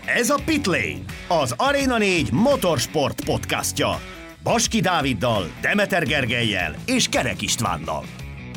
Ez a Pitlane, az Arena 4 motorsport podcastja. Baski Dáviddal, Demeter Gergellyel és Kerek Istvánnal.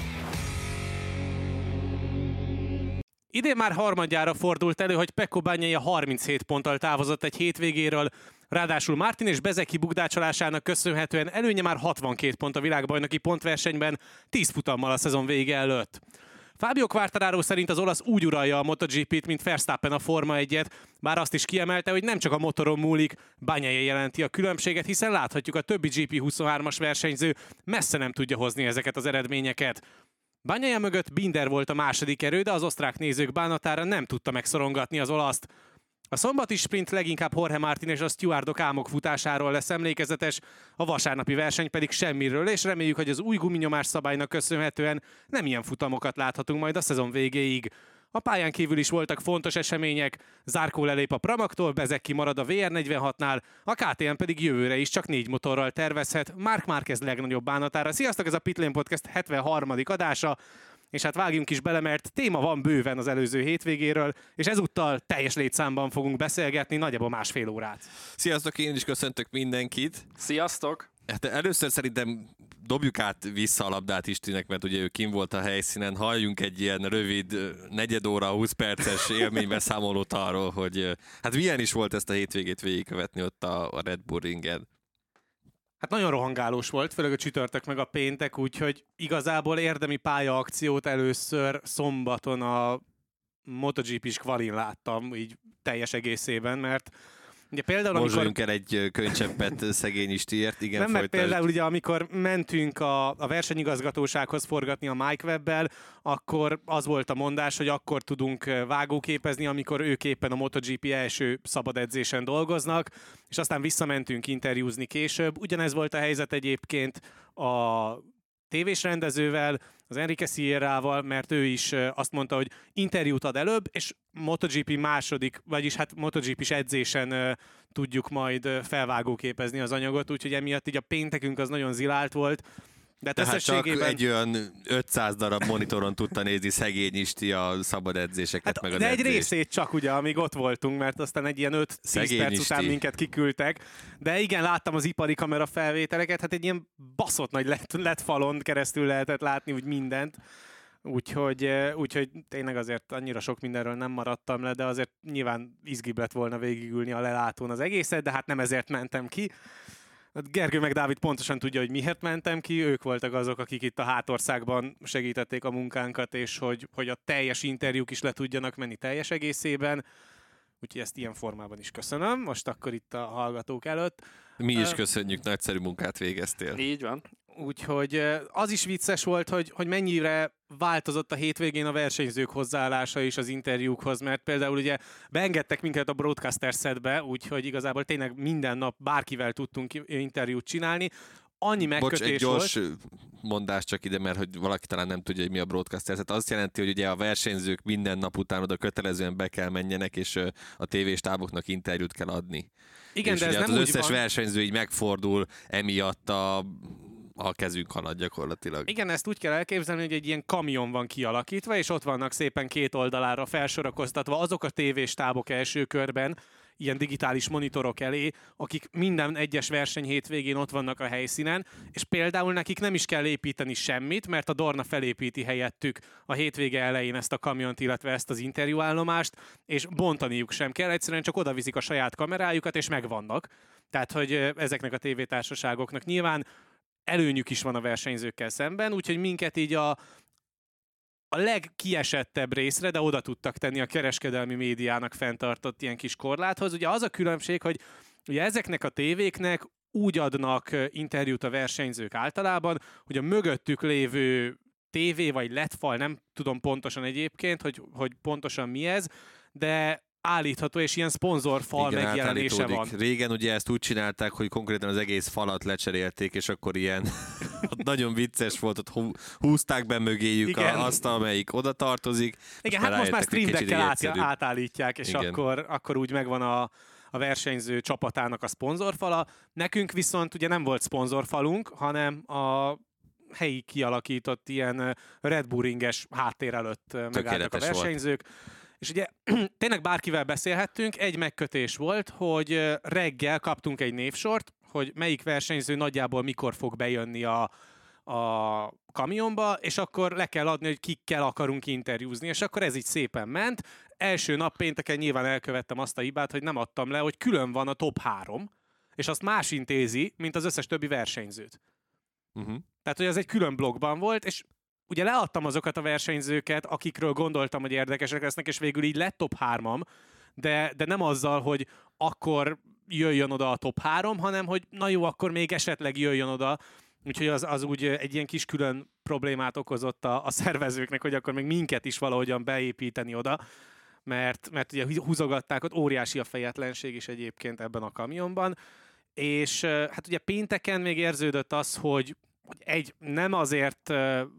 Idén már harmadjára fordult elő, hogy Pecco Bagnaia 37 ponttal távozott egy hétvégéről, ráadásul Martin és Bezzecchi bukdácsolásának köszönhetően előnye már 62 pont a világbajnoki pontversenyben, 10 futammal a szezon vége előtt. Fabio Quartararo szerint az olasz úgy uralja a MotoGP-t, mint Verstappen a Forma 1-et, bár azt is kiemelte, hogy nem csak a motoron múlik, Bagnaia jelenti a különbséget, hiszen láthatjuk, a többi GP23-as versenyző messze nem tudja hozni ezeket az eredményeket. Bagnaia mögött Binder volt a második erő, de az osztrák nézők bánatára nem tudta megszorongatni az olaszt. A szombati sprint leginkább Jorge Martin és a stewardok álmok futásáról lesz emlékezetes, a vasárnapi verseny pedig semmiről, és reméljük, hogy az új guminyomás szabálynak köszönhetően nem ilyen futamokat láthatunk majd a szezon végéig. A pályán kívül is voltak fontos események, Zarco lelép a Pramaktól, Bezzecchi marad a VR46-nál, a KTM pedig jövőre is csak 4 motorral tervezhet, Marc Márquez legnagyobb bánatára. Sziasztok, ez a Pitlane Podcast 73. adása, és hát vágjunk is bele, mert téma van bőven az előző hétvégéről, és ezúttal teljes létszámban fogunk beszélgetni, nagyjából másfél órát. Sziasztok, én is köszöntök mindenkit. Sziasztok! Hát először szerintem dobjuk át vissza a labdát Istinek, mert ugye ő kim volt a helyszínen. Halljunk egy ilyen rövid, negyed óra, 20 perces élménybeszámolót arról, hogy hát milyen is volt ezt a hétvégét végigkövetni ott a Red Bull ringen. Hát nagyon rohangálós volt, főleg a csütörtök meg a péntek, úgyhogy igazából érdemi pályaakciót először szombaton a MotoGP-s kvalin láttam, így teljes egészében, mert ugye például Morzsoljunk el egy könycseppet szegény Istiért, igen, nem, mert folytasd. például ugye amikor mentünk a versenyigazgatósághoz forgatni a Mike Webbel, akkor az volt a mondás, hogy akkor tudunk vágóképezni, amikor ők éppen a MotoGP első szabad edzésen dolgoznak, és aztán visszamentünk interjúzni később. Ugyanez volt a helyzet egyébként a tévés rendezővel, az Enrique Sierrával, mert ő is azt mondta, hogy interjút ad előbb, és MotoGP második, vagyis hát MotoGP-s edzésen tudjuk majd felvágóképezni az anyagot, úgyhogy emiatt így a péntekünk az nagyon zilált volt. De tehát csak egy olyan 500 darab monitoron tudta nézni szegény Isti a szabad edzéseket, hát, meg az de egy edzést. részét csak ugye, amíg ott voltunk, mert aztán egy ilyen 5-10 perc után minket kiküldtek. De igen, láttam az ipari kamera felvételeket, hát egy ilyen baszott nagy lett falon keresztül lehetett látni úgy mindent. Úgyhogy tényleg azért annyira sok mindenről nem maradtam le, de azért nyilván izgibb lett volna végigülni a lelátón az egészet, de hát nem ezért mentem ki. Gergő meg Dávid pontosan tudja, hogy miért mentem ki, ők voltak azok, akik itt a hátországban segítették a munkánkat, és hogy a teljes interjúk is le tudjanak menni teljes egészében. Úgyhogy ezt ilyen formában is köszönöm, most akkor itt a hallgatók előtt. Mi is köszönjük, nagyszerű munkát végeztél. Így van. Úgyhogy az is vicces volt, hogy mennyire változott a hétvégén a versenyzők hozzáállása is az interjúkhoz, mert például ugye beengedtek minket a broadcaster setbe, úgyhogy igazából tényleg minden nap bárkivel tudtunk interjút csinálni. Annyi megkötés egy gyors volt. mondás csak ide, mert hogy valaki talán nem tudja, hogy mi a broadcaster. Tehát azt jelenti, hogy ugye a versenyzők minden nap után oda kötelezően be kell menjenek, és a tévéstáboknak interjút kell adni. Igen, és de ez ugye nem az úgy összes van. versenyző így megfordul emiatt a kezünk alatt gyakorlatilag. Igen, ezt úgy kell elképzelni, hogy egy ilyen kamion van kialakítva, és ott vannak szépen két oldalára felsorakoztatva azok a tévéstábok első körben, ilyen digitális monitorok elé, akik minden egyes verseny hétvégén ott vannak a helyszínen, és például nekik nem is kell építeni semmit, mert a Dorna felépíti helyettük a hétvége elején ezt a kamiont, illetve ezt az interjúállomást, és bontaniuk sem kell, egyszerűen csak odaviszik a saját kamerájukat, és megvannak. Tehát, hogy ezeknek a tévétársaságoknak nyilván előnyük is van a versenyzőkkel szemben, úgyhogy minket így a legkiesettebb részre, de oda tudtak tenni a kereskedelmi médiának fenntartott ilyen kis korláthoz. Ugye az a különbség, hogy ugye ezeknek a tévéknek úgy adnak interjút a versenyzők általában, hogy a mögöttük lévő tévé vagy LED-fal, nem tudom pontosan egyébként, hogy pontosan mi ez, de állítható, és ilyen szponzorfal megjelenése van. Régen ugye ezt úgy csinálták, hogy konkrétan az egész falat lecserélték, és akkor ilyen nagyon vicces volt, ott húzták be mögéjük azt, amelyik oda tartozik. Igen, hát most már streamekkel átállítják, és akkor úgy megvan a versenyző csapatának a szponzorfala. Nekünk viszont ugye nem volt szponzorfalunk, hanem a helyi kialakított ilyen Red Bull ringes háttér előtt megálltak a versenyzők. Volt. És ugye tényleg bárkivel beszélhettünk, egy megkötés volt, hogy reggel kaptunk egy névsort, hogy melyik versenyző nagyjából mikor fog bejönni a kamionba, és akkor le kell adni, hogy kikkel akarunk interjúzni, és akkor ez így szépen ment. Első nap pénteken nyilván elkövettem azt a hibát, hogy nem adtam le, hogy külön van a top 3, és azt más intézi, mint az összes többi versenyzőt. Tehát, hogy ez egy külön blogban volt, és ugye leadtam azokat a versenyzőket, akikről gondoltam, hogy érdekesek lesznek, és végül így lett top 3-am, de nem azzal, hogy akkor jöjjön oda a top 3, hanem hogy na jó, akkor még esetleg jöjjön oda. Úgyhogy az úgy egy ilyen kis külön problémát okozott a szervezőknek, hogy akkor még minket is valahogyan beépíteni oda, mert ugye húzogatták, ott óriási a fejetlenség is egyébként ebben a kamionban, és hát ugye pénteken még érződött az, hogy nem azért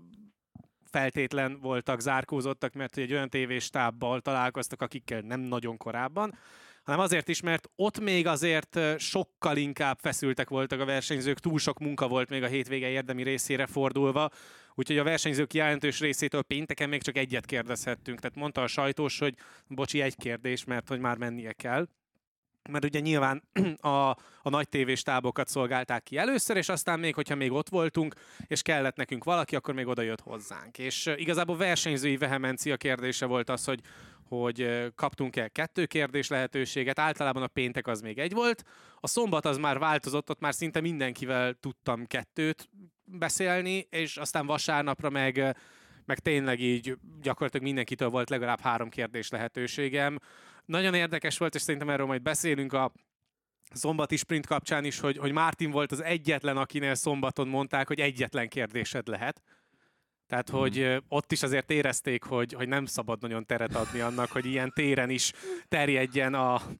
feltétlen voltak, zárkózottak, mert egy olyan tévéstábbal találkoztak, akikkel nem nagyon korábban, hanem azért is, mert ott még azért sokkal inkább feszültek voltak a versenyzők, túl sok munka volt még a hétvége érdemi részére fordulva, úgyhogy a versenyzők jelentős részétől pénteken még csak egyet kérdezhettünk. Tehát mondta a sajtós, hogy bocsi, egy kérdés, mert hogy már mennie kell. Mert ugye nyilván a nagy tévéstábokat szolgálták ki először, és aztán még, hogyha még ott voltunk, és kellett nekünk valaki, akkor még oda jött hozzánk. És igazából versenyzői vehemencia kérdése volt az, hogy kaptunk-e 2 kérdés lehetőséget, általában a péntek az még 1 volt, a szombat az már változott, ott már szinte mindenkivel tudtam 2 beszélni, és aztán vasárnapra meg tényleg így gyakorlatilag mindenkitől volt legalább 3 kérdés lehetőségem. Nagyon érdekes volt, és szerintem erről majd beszélünk a szombati sprint kapcsán is, hogy Martin volt az egyetlen, akinél szombaton mondták, hogy egyetlen kérdésed lehet. Tehát, hogy ott is azért érezték, hogy nem szabad nagyon teret adni annak, hogy ilyen téren is terjedjen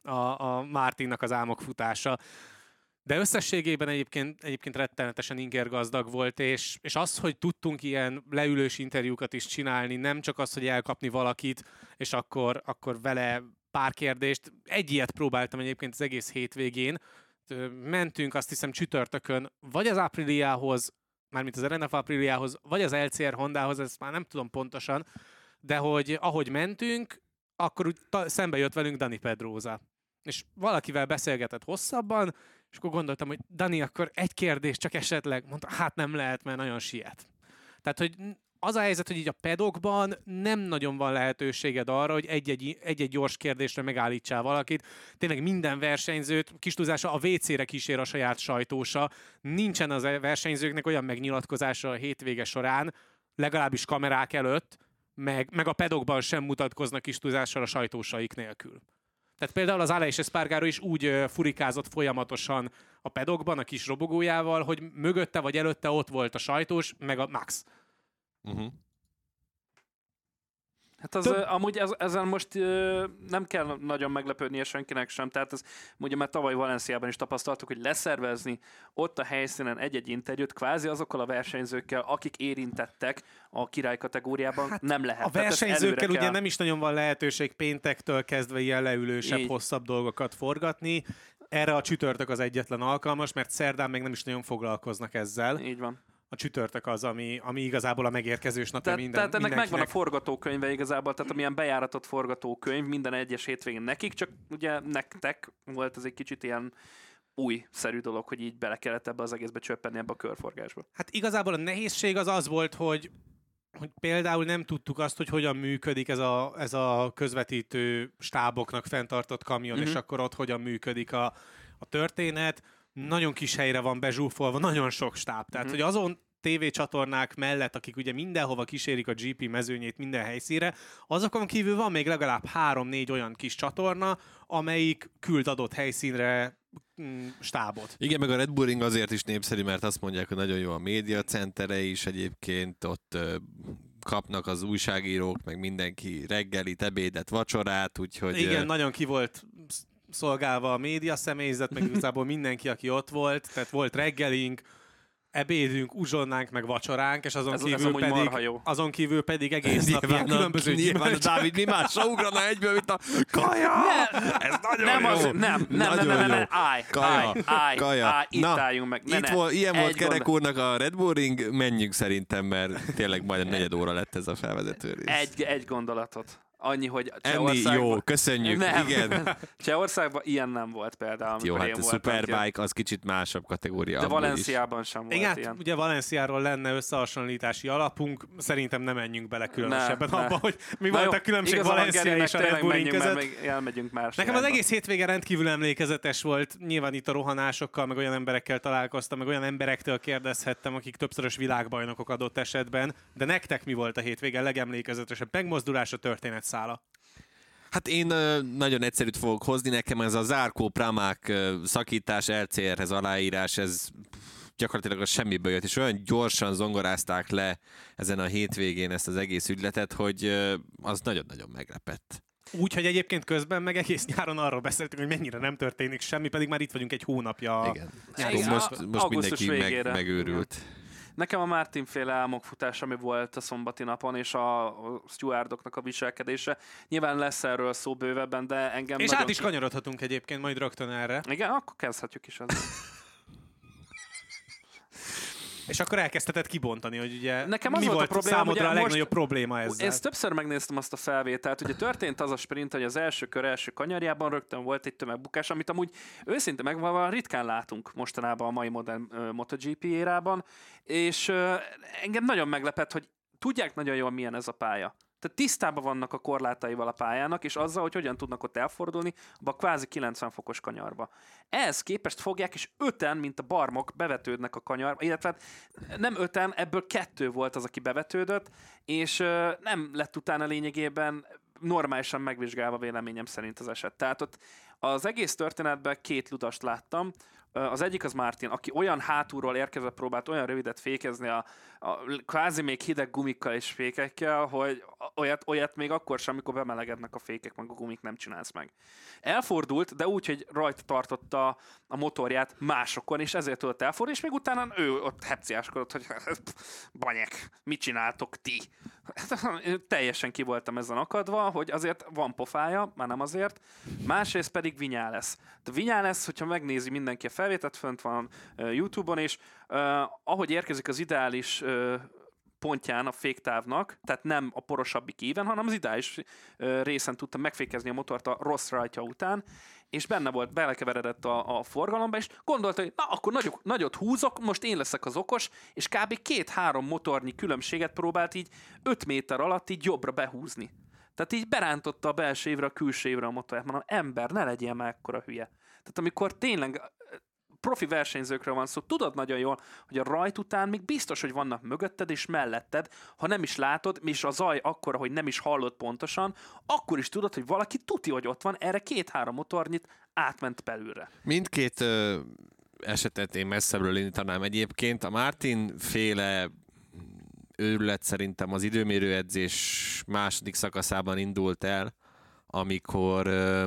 a Martinnak az álmok futása. De összességében egyébként rettenetesen ingergazdag volt, és az, hogy tudtunk ilyen leülős interjúkat is csinálni, nem csak az, hogy elkapni valakit, és akkor vele pár kérdést. Egy ilyet próbáltam egyébként az egész hétvégén. Mentünk azt hiszem csütörtökön, vagy az Apriliához, mármint az RNF Apriliához, vagy az LCR Hondához, ezt már nem tudom pontosan, de hogy ahogy mentünk, akkor úgy szembe jött velünk Dani Pedrosa. És valakivel beszélgetett hosszabban, és akkor gondoltam, hogy Dani, akkor egy kérdés csak esetleg, mondta, hát nem lehet, mert nagyon siet. Tehát, hogy az a helyzet, hogy így a pedokban nem nagyon van lehetőséged arra, hogy egy-egy gyors kérdésre megállítsál valakit. Tényleg minden versenyzőt, kis túlzása a WC-re kísér a saját sajtósa. Nincsen az versenyzőknek olyan megnyilatkozása a hétvége során, legalábbis kamerák előtt, meg a pedokban sem mutatkoznak kis túlzással a sajtósaik nélkül. Tehát például az Aleix Espargaro is úgy furikázott folyamatosan a pedokban, a kis robogójával, hogy mögötte vagy előtte ott volt a sajtós, meg a Max. Hát amúgy ezen most nem kell nagyon meglepődnie senkinek sem, tehát ez ugye már tavaly Valenciában is tapasztaltuk, hogy leszervezni ott a helyszínen egy-egy interjút kvázi azokkal a versenyzőkkel, akik érintettek a király kategóriában, hát nem lehet. A versenyzőkkel ugye nem is nagyon van lehetőség péntektől kezdve ilyen leülősebb, hosszabb dolgokat forgatni. Erre a csütörtök az egyetlen alkalmas, mert szerdán még nem is nagyon foglalkoznak ezzel. Így van. A csütörtök az, ami igazából a megérkezős napja Tehát ennek megvan a forgatókönyve igazából, tehát amilyen bejáratott forgatókönyv minden egyes hétvégén nekik, csak ugye nektek volt ez egy kicsit ilyen újszerű dolog, hogy így bele kellett ebbe az egészbe csöppenni ebbe a körforgásba. Hát igazából a nehézség az volt, hogy például nem tudtuk azt, hogy hogyan működik ez a közvetítő stáboknak fenntartott kamion, és akkor ott hogyan működik a történet. Nagyon kis helyre van bezsúfolva, nagyon sok stáb. Tehát, hogy azon tévécsatornák mellett, akik ugye mindenhova kísérik a GP mezőnyét minden helyszínre, azokon kívül van még legalább 3-4 olyan kis csatorna, amelyik küld adott helyszínre stábot. Igen, meg a Red Bull Ring azért is népszerű, mert azt mondják, hogy nagyon jó a médiacentere is egyébként, ott kapnak az újságírók, meg mindenki reggelit, ebédet, vacsorát, úgyhogy... Igen, nagyon ki volt szolgálva a média személyzet, meg igazából mindenki, aki ott volt, tehát volt reggelink, ebédünk, uzsonnánk, meg vacsoránk, és azon kívül pedig egész nap ilyen különböző nyilván a Dávid mi másra ugrana egyből, mint a kaja! Ez nagyon jó! Nem, állj, itt álljunk meg. Ilyen volt Kerek úrnak a Red Bull Ring, menjünk szerintem, mert tényleg majdnem 4 óra lett ez a felvezető rész. Egy gondolatot. Annyi, hogy Jó, köszönjük, nem. igen. Csehországban ilyen nem volt például. Jó, hát a Superbike az kicsit másabb kategória. De Valenciában sem volt igen, ilyen. Ugye Valenciáról lenne összehasonlítási alapunk, szerintem nem menjünk bele különösebben abba, hogy mi volt a különbség Valencia és a Red Bull között. Még elmegyünk más. Nekem az egész hétvége rendkívül emlékezetes volt. Nyilván itt a rohanásokkal, meg olyan emberekkel találkoztam, meg olyan emberektől kérdezhettem, akik többszörös világbajnokok adott esetben. De nektek mi volt a hétvége legemlékezetesebb megmozdulás, a történetszála? Hát én nagyon egyszerűt fogok hozni, nekem ez a Zarco Pramac szakítás, LCR-hez aláírás, ez gyakorlatilag a semmiből jött, és olyan gyorsan zongorázták le ezen a hétvégén ezt az egész ügyletet, hogy az nagyon-nagyon meglepett. Úgyhogy egyébként közben meg egész nyáron arról beszéltünk, hogy mennyire nem történik semmi, pedig már itt vagyunk egy hónapja. Igen. Most mindenki megőrült. Igen. Nekem a Martin-féle álmokfutás, ami volt a szombati napon, és a stewardoknak a viselkedése. Nyilván lesz erről szó bővebben, de engem... És át is kanyarodhatunk egyébként majd rögtön erre. Igen, akkor kezdhetjük is ezzel. És akkor elkezdheted kibontani, hogy ugye nekem mi az volt a probléma, számodra a legnagyobb probléma ezzel? Én többször megnéztem azt a felvételt, ugye történt az a sprint, hogy az első kör első kanyarjában rögtön volt egy tömegbukás, amit amúgy őszinte megvalóan ritkán látunk mostanában a mai modern MotoGP érában, és engem nagyon meglepett, hogy tudják nagyon jól, milyen ez a pálya. Tehát tisztában vannak a korlátaival a pályának, és azzal, hogy hogyan tudnak ott elfordulni, abban a kvázi 90 fokos kanyarba. Ehhez képest fogják, és 5-en, mint a barmok, bevetődnek a kanyarba, illetve nem 5-en, ebből 2 volt az, aki bevetődött, és nem lett utána lényegében normálisan megvizsgálva véleményem szerint az eset. Tehát ott az egész történetben 2 ludast láttam. Az egyik az Martin, aki olyan hátulról érkezett, próbált olyan rövidet fékezni a kvázi még hideg gumikkal és fékekkel, hogy olyat még akkor sem, amikor bemelegednek a fékek, meg a gumik nem csinálsz meg. Elfordult, de úgy, hogy rajta tartotta a motorját másokon, és ezért tudott elfordulni, és még utána ő ott hepciáskodott, hogy banyek, mit csináltok ti? Teljesen ki voltam ezen akadva, hogy azért van pofája, már nem azért. Másrészt pedig Viñales. A Viñales, hogyha megnézi mindenki a felvételt, fönt van YouTube-on, és ahogy érkezik az ideális pontján a féktávnak, tehát nem a porosabbik íven, hanem az ideális részen tudta megfékezni a motort a rossz rajtja után, és benne volt, belekeveredett a forgalomba, és gondolta, hogy na, akkor nagyot húzok, most én leszek az okos, és kb. 2-3 motornyi különbséget próbált így 5 méter alatt így jobbra behúzni. Tehát így berántotta a belső évre, a külső évre a motorját. Mondom, ember, ne legyél már ekkora hülye. Tehát amikor tényleg profi versenyzőkről van szó, tudod nagyon jól, hogy a rajt után még biztos, hogy vannak mögötted és melletted, ha nem is látod, és a zaj akkora, hogy nem is hallod pontosan, akkor is tudod, hogy valaki tuti, hogy ott van, erre 2-3 motornyit átment belülre. Mindkét esetet én messzebbről indítanám egyébként. A Martin féle őrület szerintem az időmérőedzés második szakaszában indult el, amikor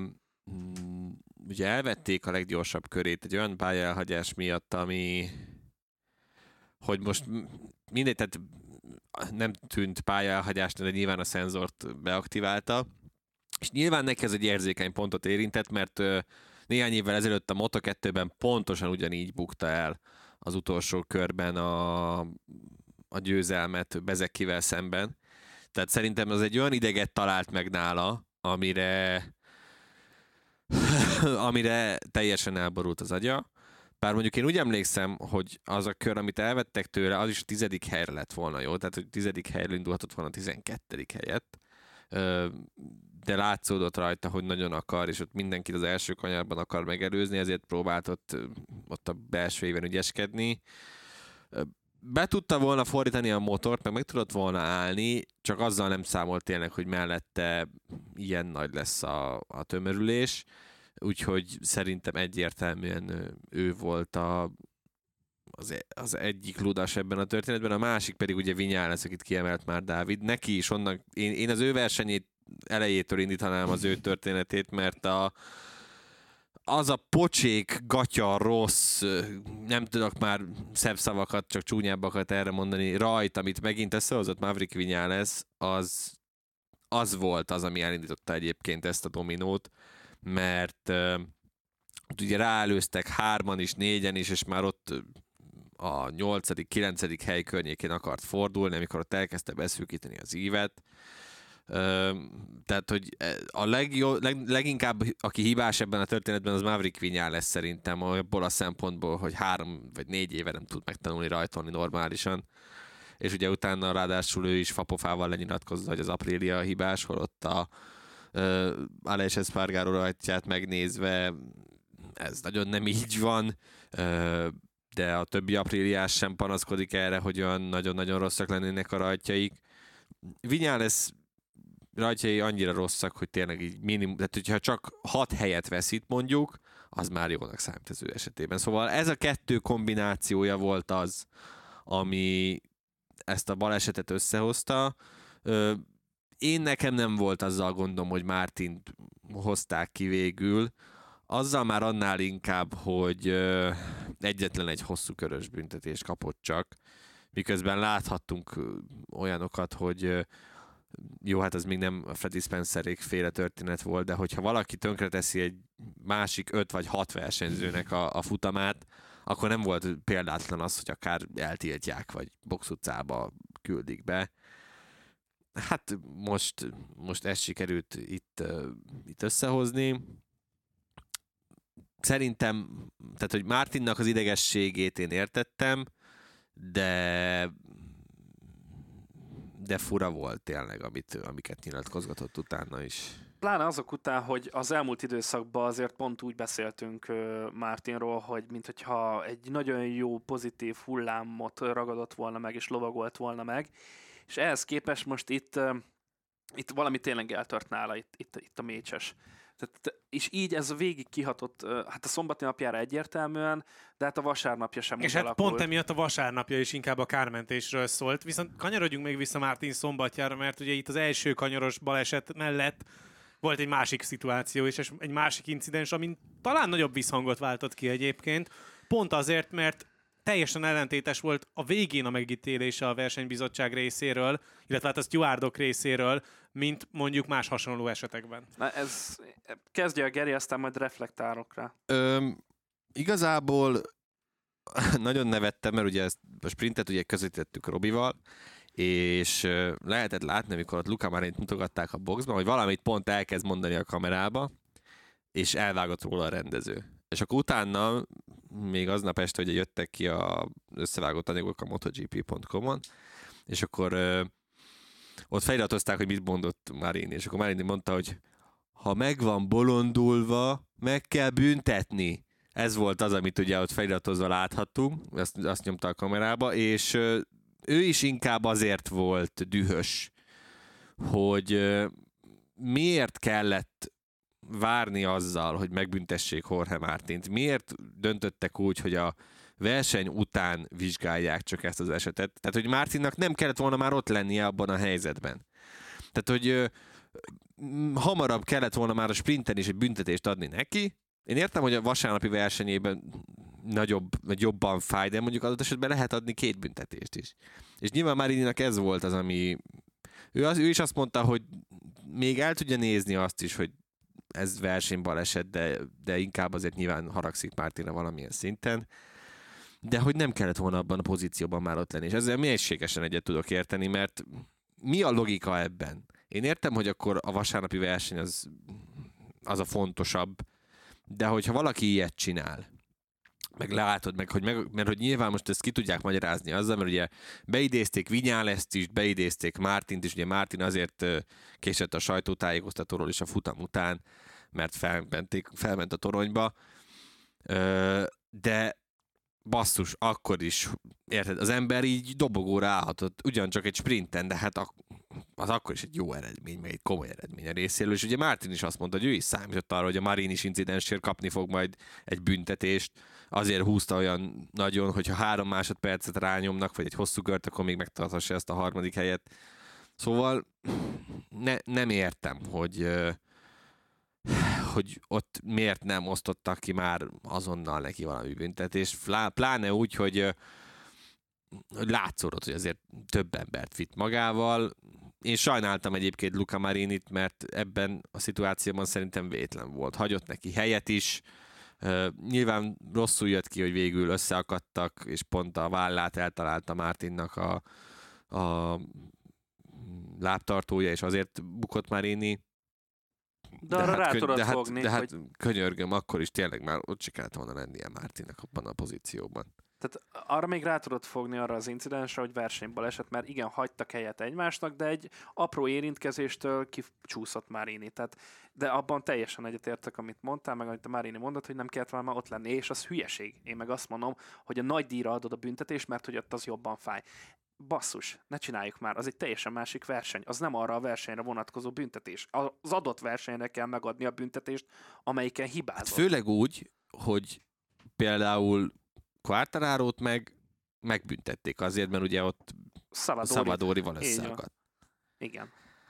ugye elvették a leggyorsabb körét egy olyan pályaelhagyás miatt, ami hogy most mindegy, tehát nem tűnt pályaelhagyásnak, de nyilván a szenzort beaktiválta, és nyilván neki ez egy érzékeny pontot érintett, mert néhány évvel ezelőtt a Moto2-ben pontosan ugyanígy bukta el az utolsó körben a győzelmet Bezzecchivel szemben. Tehát szerintem az egy olyan ideget talált meg nála, amire teljesen elborult az agya. Bár mondjuk én úgy emlékszem, hogy az a kör, amit elvettek tőle, az is a 10. helyre lett volna, jó? Tehát, hogy 10. helyre indulhatott volna a 12. helyett. De látszódott rajta, hogy nagyon akar, és ott mindenkit az első kanyarban akar megelőzni, ezért próbált ott a belső éven ügyeskedni. Be tudta volna fordítani a motort, meg tudott volna állni, csak azzal nem számolt tényleg, hogy mellette ilyen nagy lesz a tömörülés, úgyhogy szerintem egyértelműen ő volt az egyik ludas ebben a történetben, a másik pedig ugye Viñales, akit kiemelt már Dávid. Neki is onnan, én az ő versenyét elejétől indítanám az ő történetét, mert az a pocsék, gatya, rossz, nem tudok már szebb szavakat, csak csúnyábbakat erre mondani, rajt, amit megint összehozott Maverick Viñales, az volt az, ami elindította egyébként ezt a dominót, mert ugye ráelőztek 3-an is, 4-en is, és már ott a 8.-9. hely környékén akart fordulni, amikor ott elkezdte beszűkíteni az ívet. Tehát, hogy a leginkább, aki hibás ebben a történetben, az Maverick Viñales lesz szerintem, abból a szempontból, hogy 3 vagy 4 éve nem tud megtanulni rajtolni normálisan. És ugye utána ráadásul ő is fapofával lenyilatkozza, hogy az Aprilia hibás, holott a Aleix Espargaró rajtját megnézve ez nagyon nem így van, de a többi Apriliás sem panaszkodik erre, hogy olyan nagyon-nagyon rosszak lennének a rajtjaik. Viñales rajtjai annyira rosszak, hogy tényleg így minimum, tehát hogyha csak 6 helyet veszít mondjuk, az már jónak számít az ő esetében. Szóval ez a 2 kombinációja volt az, ami ezt a balesetet összehozta. Nekem nem volt azzal gondom, hogy Martint hozták ki végül. Azzal már annál inkább, hogy egyetlen egy hosszú körös büntetést kapott csak, miközben láthattunk olyanokat, hogy jó, hát az még nem a Freddie Spencerék féle történet volt, de hogyha valaki tönkreteszi egy másik 5 vagy 6 versenyzőnek a futamát, akkor nem volt példátlan az, hogy akár eltiltják, vagy boxutcába küldik be. Hát most ezt sikerült itt összehozni. Szerintem, tehát, hogy Martinnak az idegességét én értettem, de fura volt tényleg, amiket nyilatkozgatott utána is. Pláne azok után, hogy az elmúlt időszakban azért pont úgy beszéltünk Martinról, hogy mintha egy nagyon jó, pozitív hullámot ragadott volna meg, és lovagolt volna meg, és ehhez képest most itt valami tényleg eltört nála, itt a mécses. És így ez végig kihatott, hát a szombati napjára egyértelműen, de hát a vasárnapja sem és úgy hát pont emiatt a vasárnapja is inkább a kármentésről szólt. Viszont kanyarodjunk még vissza Martin szombatjára, mert ugye itt az első kanyaros baleset mellett volt egy másik szituáció és egy másik incidens, amin talán nagyobb visszhangot váltott ki egyébként. Pont azért, mert teljesen ellentétes volt a végén a megítélése a versenybizottság részéről, illetve hát a stewardok részéről, mint mondjuk más hasonló esetekben. Na ez kezdje a Geri, aztán majd reflektálok rá. Igazából nagyon nevettem, mert ugye a sprintet ugye közvetítettük Robival, és lehetett látni, amikor ott Luca Marint mutogatták a boxban, hogy valamit pont elkezd mondani a kamerába, és elvágott róla a rendező. És akkor utána, még aznap este ugye jöttek ki az összevágott anyagok a MotoGP.com-on, és akkor ott feliratozták, hogy mit mondott Marini, és akkor Marini mondta, hogy ha meg van bolondulva, meg kell büntetni. Ez volt az, amit ugye ott feliratozva láthattunk, azt nyomta a kamerába, és ő is inkább azért volt dühös, hogy miért kellett várni azzal, hogy megbüntessék Jorge Martint. Miért döntöttek úgy, hogy a verseny után vizsgálják csak ezt az esetet? Tehát, hogy Martinnak nem kellett volna már ott lennie abban a helyzetben. Tehát, hogy hamarabb kellett volna már a sprinten is egy büntetést adni neki. Én értem, hogy a vasárnapi versenyében nagyobb, vagy jobban fáj, de mondjuk adott esetben lehet adni 2 büntetést is. És nyilván Marininak ez volt az, ami... Ő is azt mondta, hogy még el tudja nézni azt is, hogy ez versenybaleset, de inkább azért nyilván haragszik Martinra valamilyen szinten, de hogy nem kellett volna abban a pozícióban már ott lenni. És ezzel mélységesen egyet tudok érteni, mert mi a logika ebben? Én értem, hogy akkor a vasárnapi verseny az a fontosabb, de hogyha valaki ilyet csinál, meg látod, mert hogy nyilván most ezt ki tudják magyarázni azzal, mert ugye beidézték Viñalest is, beidézték Martint is, ugye Martin azért késett a sajtótájékoztatóról is a futam után, mert felment a toronyba, de basszus, akkor is, érted, az ember így dobogóra állhatott, ugyancsak egy sprinten, de hát az akkor is egy jó eredmény, meg egy komoly eredmény a részéről, és ugye Martin is azt mondta, hogy ő is számított arra, hogy a Marinis incidensért kapni fog majd egy büntetést, azért húzta olyan nagyon, hogyha 3 másodpercet rányomnak, vagy egy hosszú kört, akkor még megtarthassa ezt a 3. helyet. Szóval nem értem, hogy ott miért nem osztottak ki már azonnal neki valami büntetést, pláne úgy, hogy látszódott, hogy azért több embert vitt magával. Én sajnáltam egyébként Luca Marinit, mert ebben a szituációban szerintem vétlen volt. Hagyott neki helyet is. Nyilván rosszul jött ki, hogy végül összeakadtak, és pont a vállát eltalálta Martinnak a lábtartója, és azért bukott Marini. De arra rá tudod fogni. De hát könyörgöm, akkor is tényleg már ott se kellett volna lennie Martinnak abban a pozícióban. Tehát arra még rá tudod fogni arra az incidensre, hogy versenybaleset, mert igen, hagytak helyet egymásnak, de egy apró érintkezéstől kicsúszott Marini. Tehát, de abban teljesen egyetértek, amit mondtál, meg amit a Marini mondott, hogy nem kellett volna már ott lenni, és az hülyeség. Én meg azt mondom, hogy a nagy díjra adod a büntetést, mert hogy ott az jobban fáj. Basszus, ne csináljuk már, az egy teljesen másik verseny. Az nem arra a versenyre vonatkozó büntetés. Az adott versenyre kell megadni a büntetést, amelyiken hibázott. Hát főleg úgy, hogy például Quartararót megbüntették azért, mert ugye ott Savadorival összeakadt. Igen.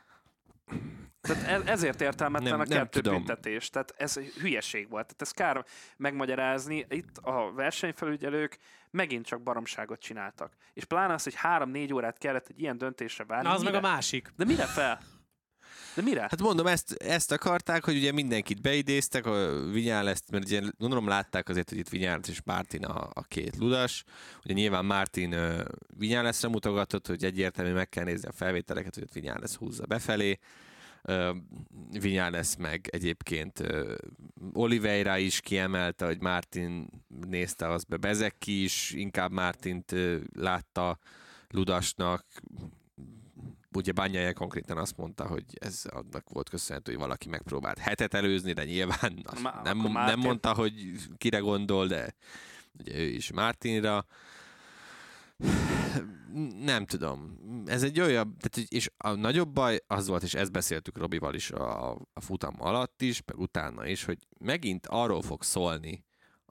Tehát ezért értelmetlen a kettő büntetés. Tehát ez hülyeség volt. Tehát ez kár megmagyarázni. Itt a versenyfelügyelők megint csak baromságot csináltak. És pláne az, hogy 3-4 órát kellett egy ilyen döntésre várni. Na, az mire? Meg a másik. De mire fel? De mire? Hát mondom, ezt akarták, hogy ugye mindenkit beidéztek, a Viñales, mert ugye gondolom látták azért, hogy itt Viñales és Martin a két ludas. Ugye nyilván Martin Viñalesre mutogatott, hogy egyértelműen meg kell nézni a felvételeket, hogy ott Viñales húzza befelé. Viñales meg egyébként Oliveira is kiemelte, hogy Martin nézte azt be, Bezeki is inkább Martint látta ludasnak. Ugye Bagnaia konkrétan azt mondta, hogy ez annak volt köszönhető, hogy valaki megpróbált hetet előzni, de nyilván nem mondta, hogy kire gondol, de ugye ő is Martinra. Nem tudom. Ez egy olyan, és a nagyobb baj az volt, és ezt beszéltük Robival is a futam alatt is, meg utána is, hogy megint arról fog szólni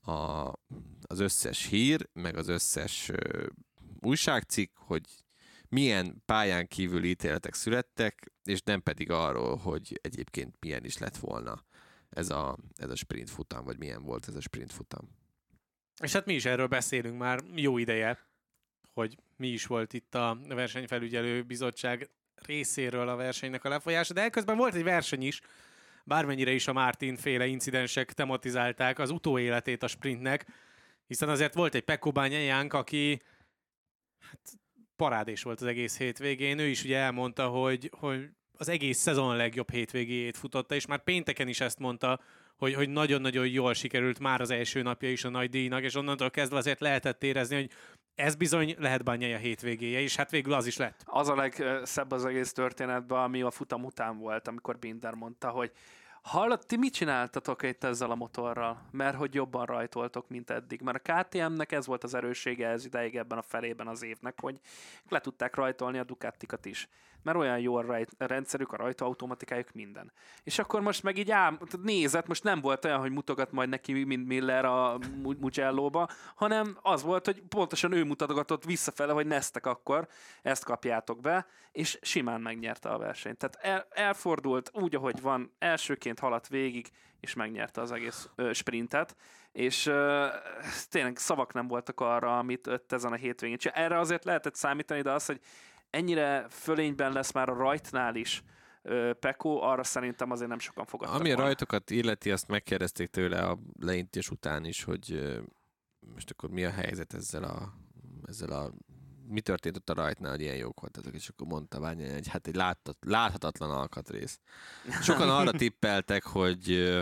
az összes hír, meg az összes újságcikk, hogy milyen pályán kívüli ítéletek születtek, és nem pedig arról, hogy egyébként milyen is lett volna ez a sprint futam, vagy milyen volt ez a sprint futam. És hát mi is erről beszélünk már jó ideje, hogy mi is volt itt a versenyfelügyelő bizottság részéről a versenynek a lefolyása, de elközben volt egy verseny is, bármennyire is a Martin féle incidensek tematizálták az utóéletét a sprintnek, hiszen azért volt egy Pecco Bagnaia-nk, aki parádés volt az egész hétvégén. Ő is ugye elmondta, hogy az egész szezon legjobb hétvégéjét futotta, és már pénteken is ezt mondta, hogy nagyon-nagyon jól sikerült már az első napja is a nagy díjnak, és onnantól kezdve azért lehetett érezni, hogy ez bizony lehet Bagnaia hétvégéje, és hát végül az is lett. Az a legszebb az egész történetben, ami a futam után volt, amikor Binder mondta, hogy hallott, ti mit csináltatok itt ezzel a motorral? Mert hogy jobban rajtoltok, mint eddig. Mert a KTM-nek ez volt az erőssége ez ideig ebben a felében az évnek, hogy le tudták rajtolni a Ducatikat is. Mert olyan jó a rendszerük, a rajtóautomatikájuk, minden. És akkor most meg így nézett, most nem volt olyan, hogy mutogat majd neki, mint Miller a Mugello-ba, hanem az volt, hogy pontosan ő mutogatott visszafele, hogy neztek akkor, ezt kapjátok be, és simán megnyerte a versenyt. Tehát elfordult úgy, ahogy van, elsőként haladt végig, és megnyerte az egész sprintet, és tényleg szavak nem voltak arra, amit ezen a hétvégén. Erre azért lehetett számítani, de az, hogy ennyire fölényben lesz már a rajtnál is Pecco, arra szerintem azért nem sokan fogadtak. Ami a rajtokat illeti, azt megkérdezték tőle a leintés után is, hogy most akkor mi a helyzet ezzel a mi történt ott a rajtnál, hogy ilyen jók voltatok, és akkor mondta Bagnaia, hogy hát egy láthatatlan alkatrész. Sokan arra tippeltek, hogy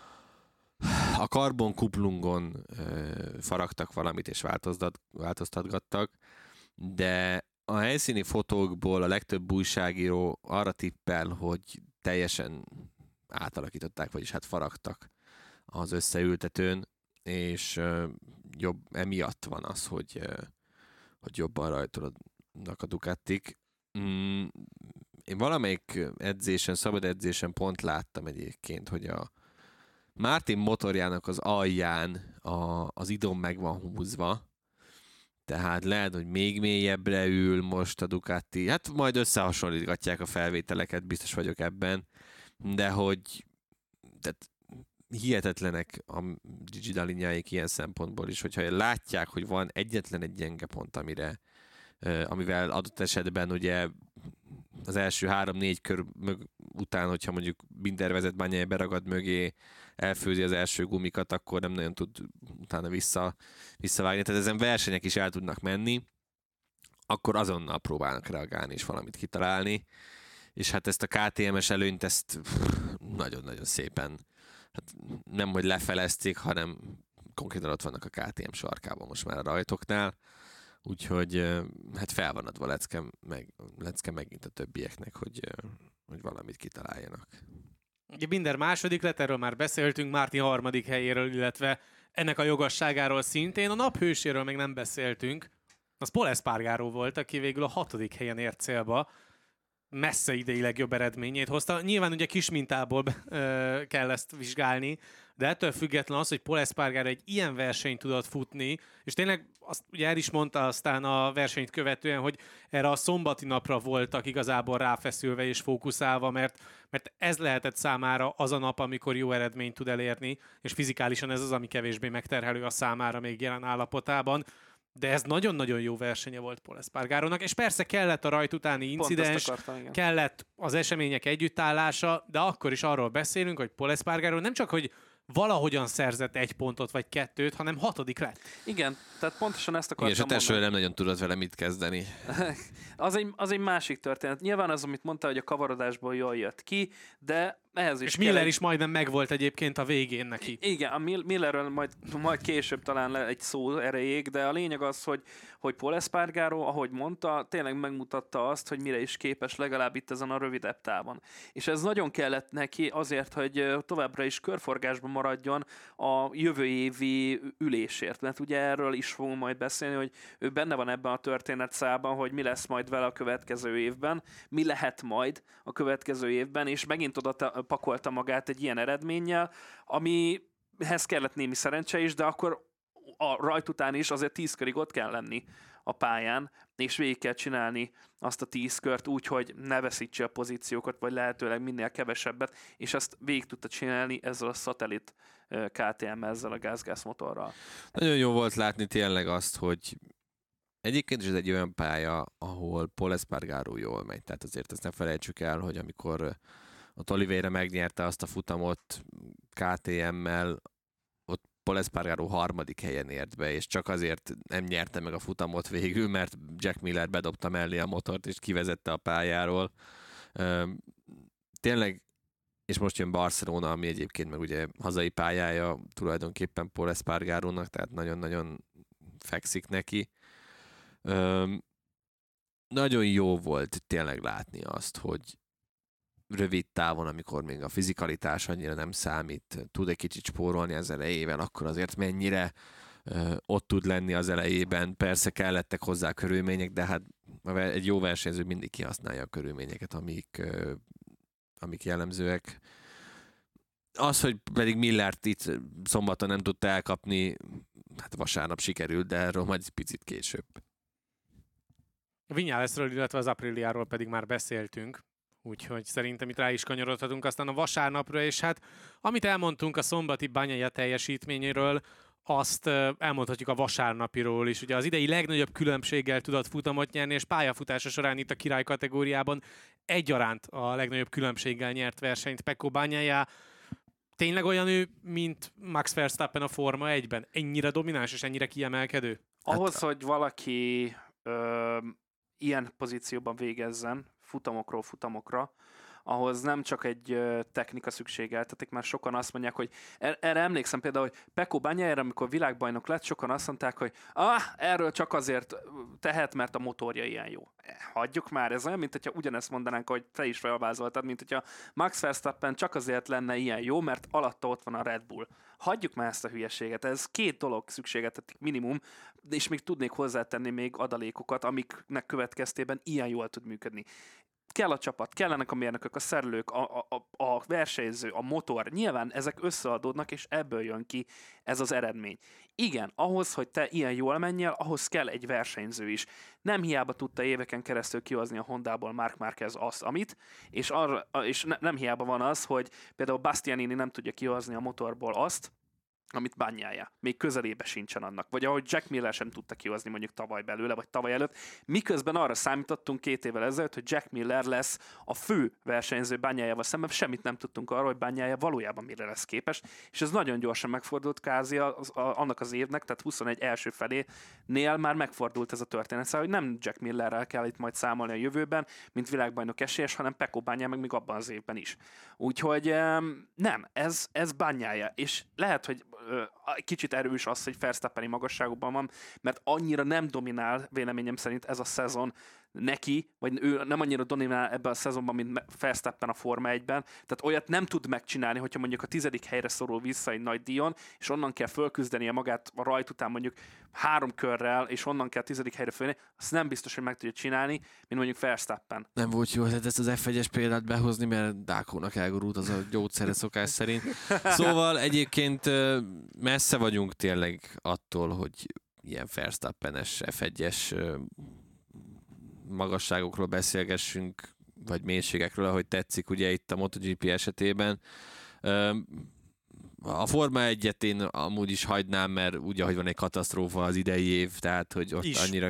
a karbonkuplungon faragtak valamit, és változtatgattak, de a helyszíni fotókból a legtöbb újságíró arra tippel, hogy teljesen átalakították, vagyis hát faragtak az összeültetőn, és emiatt van az, hogy jobban rajtolnak a Ducatik. Én valamelyik szabad edzésen pont láttam egyébként, hogy a Martin motorjának az alján az idom meg van húzva, tehát lehet, hogy még mélyebbre ül most a Ducati. Hát majd összehasonlítgatják a felvételeket, biztos vagyok ebben, de hogy tehát hihetetlenek a Gigi Dall'Ignaék ilyen szempontból is, hogyha látják, hogy van egyetlen egy gyenge pont, amivel adott esetben ugye az első 3-4 kör után, hogyha mondjuk Binder vezet, Bagnaia beragad mögé, elfőzi az első gumikat, akkor nem nagyon tud utána visszavágni. Tehát ezen versenyek is el tudnak menni. akkor azonnal próbálnak reagálni és valamit kitalálni. És hát ezt a KTM-es előnyt, ezt nagyon-nagyon szépen, hát nem, hogy lefelezték, hanem konkrétan ott vannak a KTM sarkában most már a rajtoknál. Úgyhogy hát fel van adva lecke megint a többieknek, hogy valamit kitaláljanak. Ugye Binder második lett, erről már beszéltünk, Martin harmadik helyéről, illetve ennek a jogosságáról szintén. A naphőséről még nem beszéltünk. Az Pol Espargaró volt, aki végül a 6. helyen ért célba. Messze idei legjobb eredményét hozta. Nyilván ugye kis mintából kell ezt vizsgálni, de ettől független az, hogy Pol Espargaró egy ilyen versenyt tudott futni, és tényleg azt ugye el is mondta aztán a versenyt követően, hogy erre a szombati napra voltak igazából ráfeszülve és fókuszálva, mert ez lehetett számára az a nap, amikor jó eredményt tud elérni, és fizikálisan ez az, ami kevésbé megterhelő a számára még jelen állapotában. De ez nagyon-nagyon jó versenye volt Pol Espargarónak, és persze kellett a rajt utáni incidens, kellett az események együttállása, de akkor is arról beszélünk, hogy Pol Espargaró nem csak, hogy valahogyan szerzett 1 pontot vagy 2, hanem 6. lett. Igen, tehát pontosan ezt akartam mondani. És a testvére nem nagyon tudott vele mit kezdeni. az egy másik történet. Nyilván az, amit mondta, hogy a kavarodásból jól jött ki, de ehhez is és Miller is majdnem megvolt egyébként a végén neki. Igen, a Millerről majd később talán egy szó erejéig, de a lényeg az, hogy Pol Espargaró, ahogy mondta, tényleg megmutatta azt, hogy mire is képes legalább itt ezen a rövidebb távon. És ez nagyon kellett neki azért, hogy továbbra is körforgásban maradjon a jövő évi ülésért. Mert ugye erről is fogunk majd beszélni, hogy ő benne van ebben a történetszában, hogy mi lesz majd vele a következő évben, mi lehet majd a következő évben, és megint oda pakolta magát egy ilyen eredménnyel, amihez kellett némi szerencse is, de akkor a rajt után is azért 10 körig ott kell lenni a pályán, és végig kell csinálni azt a 10 kört úgy, hogy ne veszítse a pozíciókat, vagy lehetőleg minél kevesebbet, és ezt végig tudta csinálni ezzel a szatellit KTM-mel, ezzel a gáz-gáz motorral. Nagyon jó volt látni tényleg azt, hogy egyébként is ez egy olyan pálya, ahol Pol Espargaró jól megy, tehát azért ezt ne felejtsük el, hogy amikor ott Oliveira megnyerte azt a futamot KTM-mel, ott Pol Espargaró 3. helyen ért be, és csak azért nem nyerte meg a futamot végül, mert Jack Miller bedobta mellé a motort, és kivezette a pályáról. Tényleg, és most jön Barcelona, ami egyébként meg ugye hazai pályája tulajdonképpen Pol Espargarónak, tehát nagyon-nagyon fekszik neki. Nagyon jó volt tényleg látni azt, hogy rövid távon, amikor még a fizikalitás annyira nem számít, tud egy kicsit spórolni az elejében, akkor azért mennyire ott tud lenni az elejében. Persze kellettek hozzá körülmények, de hát egy jó versenyző mindig kihasználja a körülményeket, amik jellemzőek. Az, hogy pedig Millert itt szombaton nem tudta elkapni, hát vasárnap sikerült, de erről majd egy picit később. Viñalesről, illetve az Apriliáról pedig már beszéltünk, úgyhogy szerintem itt rá is kanyarodhatunk aztán a vasárnapra, és hát amit elmondtunk a szombati Bagnaia teljesítményéről, azt elmondhatjuk a vasárnapiról is. Ugye az idei legnagyobb különbséggel tudott futamot nyerni, és pályafutása során itt a király kategóriában egyaránt a legnagyobb különbséggel nyert versenyt Pecco Bagnaia. Tényleg olyan ő, mint Max Verstappen a Forma 1-ben? Ennyire domináns és ennyire kiemelkedő? Ahhoz, hogy valaki ilyen pozícióban végezzen, futamokra, ahhoz nem csak egy technika szükségeltetik, mert sokan azt mondják, hogy erre emlékszem például, hogy Pecco Bagnaia, amikor világbajnok lett, sokan azt mondták, hogy erről csak azért tehet, mert a motorja ilyen jó. Hagyjuk már, ez olyan, mint hogyha ugyanezt mondanánk, hogy te is felvázoltad, mint hogyha Max Verstappen csak azért lenne ilyen jó, mert alatta ott van a Red Bull. Hagyjuk már ezt a hülyeséget, ez 2 dolog szükségeltetik minimum, és még tudnék hozzátenni még adalékokat, amiknek következtében ilyen jól tud működni. Kell a csapat, kellenek a mérnökök, a szerelők, a versenyző, a motor. Nyilván ezek összeadódnak, és ebből jön ki ez az eredmény. Igen, ahhoz, hogy te ilyen jól menjél, ahhoz kell egy versenyző is. Nem hiába tudta éveken keresztül kihozni a Hondából Marc Márquez azt, amit, és nem hiába van az, hogy például Bastianini nem tudja kihozni a motorból azt, amit Bagnaia. Még közelébe sincsen annak. Vagy ahogy Jack Miller sem tudta kihozni mondjuk tavaly belőle, vagy tavaly előtt. Miközben arra számítottunk 2 évvel ezelőtt, hogy Jack Miller lesz a fő versenyző Bagnaia-val szemben, semmit nem tudtunk arról, hogy Bagnaia valójában mire lesz képes, és ez nagyon gyorsan megfordult kázi annak az évnek, tehát 21 első felénél már megfordult ez a történet. Szóval, hogy nem Jack Millerrel kell itt majd számolni a jövőben, mint világbajnok esélyes, hanem Pecco Bagnaia meg még abban az évben is. Úgyhogy nem, ez Bagnaia, és lehet, hogy kicsit erős az, hogy Verstappeni magasságokban van, mert annyira nem dominál véleményem szerint ez a szezon neki, vagy ő nem annyira dominál ebben a szezonban, mint Verstappen a Forma 1-ben, tehát olyat nem tud megcsinálni, hogyha mondjuk a 10. helyre szorul vissza egy nagy díjon, és onnan kell fölküzdenie magát a rajt után mondjuk 3 körrel, és onnan kell 10. helyre fölni, azt nem biztos, hogy meg tudja csinálni, mint mondjuk Verstappen. Nem volt jó ezt az F1-es példát behozni, mert Dákónak elgurult az a gyógyszere szokás szerint. Szóval egyébként messze vagyunk tényleg attól, hogy ilyen Verstappen-es F1-es magasságokról beszélgessünk, vagy mélységekről, ahogy tetszik ugye itt a MotoGP esetében. A Forma 1-et én amúgy is hagynám, mert ugye, hogy van egy katasztrófa az idei év, tehát hogy ott annyira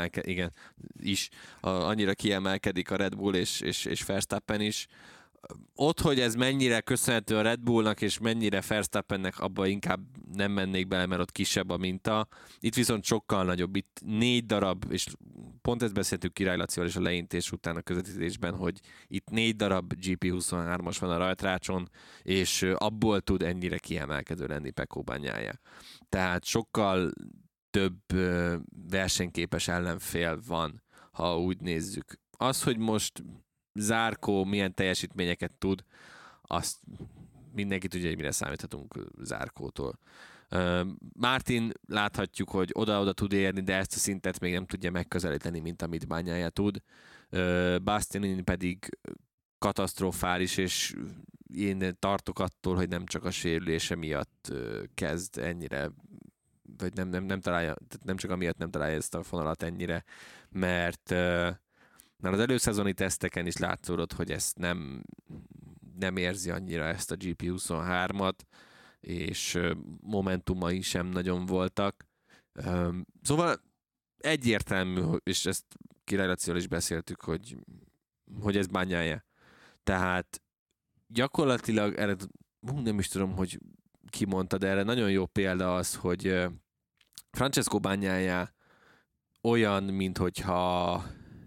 annyira kiemelkedik a Red Bull és Verstappen is. Ott, hogy ez mennyire köszönhető a Red Bullnak, és mennyire Verstappennek, abba inkább nem mennék bele, mert ott kisebb a minta. Itt viszont sokkal nagyobb. Itt 4 darab, és pont ezt beszéltük Király Lacival és a leintés után a közvetítésben, hogy itt 4 darab GP23-as van a rajtrácson, és abból tud ennyire kiemelkedő lenni Pecco Bagnaia. Tehát sokkal több versenyképes ellenfél van, ha úgy nézzük. Az, hogy most Zarco milyen teljesítményeket tud, azt mindenki tudja, hogy mire számíthatunk Zarcótól. Martin láthatjuk, hogy oda-oda tud érni, de ezt a szintet még nem tudja megközelíteni, mint amit Bagnaia tud. Bastianini pedig katasztrofális, nem és én tartok attól, hogy nem csak a sérülése miatt kezd ennyire, vagy nem találja, nem csak amiatt nem találja ezt a fonalat ennyire, mert az előszezoni teszteken is látszódott, hogy ezt nem érzi annyira ezt a GP23-at, és momentumai sem nagyon voltak. Szóval egyértelmű, és ezt Király Lacival is beszéltük, hogy ez Bagnaia. Tehát gyakorlatilag erre, nem is tudom, hogy ki mondta, de erre nagyon jó példa az, hogy Francesco Bagnaia olyan, minthogyha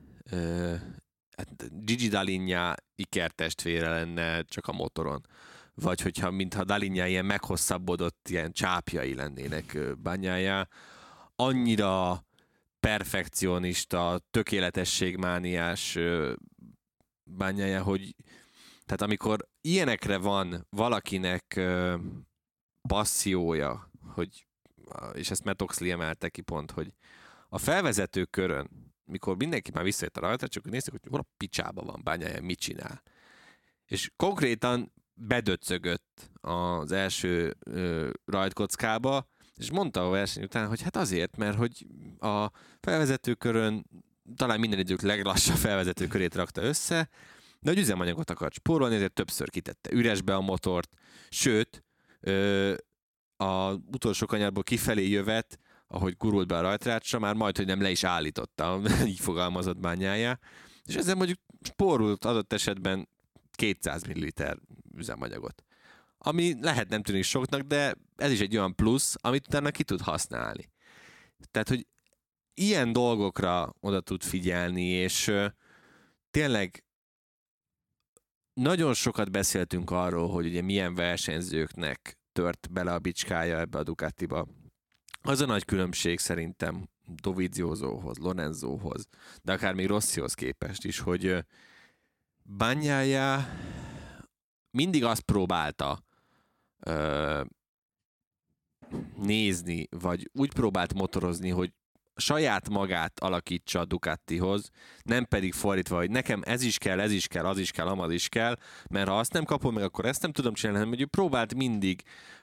Gigi Dall'Igna ikertestvére lenne csak a motoron. Vagy hogyha mintha Dall'Igna ilyen meghosszabbodott ilyen csápjai lennének Bagnaia. Annyira perfekcionista, tökéletességmániás Bagnaia, hogy tehát amikor ilyenekre van valakinek passziója, hogy, és ezt Matt Oxley emelte ki pont, hogy a felvezető körön, mikor mindenki már visszajött a rajta, csak néztük, hogy hol a picsába van Bagnaia, mit csinál. És konkrétan bedöccögött az első rajtkockába, és mondta a verseny után, hogy hát azért, mert hogy a felvezetőkörön talán minden idők leglassabb felvezetőkörét rakta össze, de hogy üzemanyagot akart spórolni, ezért többször kitette üresbe a motort, sőt, a utolsó kanyarból kifelé jövet, ahogy gurult be a rajtrácsra, már majd, hogy nem le is állította, így fogalmazott Bagnaia, és ezzel mondjuk spórult adott esetben 200 ml üzemanyagot. Ami lehet nem tűnik soknak, de ez is egy olyan plusz, amit utána ki tud használni. Tehát, hogy ilyen dolgokra oda tud figyelni, és tényleg nagyon sokat beszéltünk arról, hogy ugye milyen versenyzőknek tört bele a bicskája ebbe a Ducatiba. Az a nagy különbség szerintem Doviziosohoz, Lorenzóhoz, de akár még Rossihoz képest is, hogy Bagnaia mindig azt próbálta nézni, vagy úgy próbált motorozni, hogy saját magát alakítsa a Ducatihoz, nem pedig fordítva, hogy nekem ez is kell, az is kell, amaz is kell, mert ha azt nem kapom meg, akkor ezt nem tudom csinálni, hanem hogy ő próbált mindig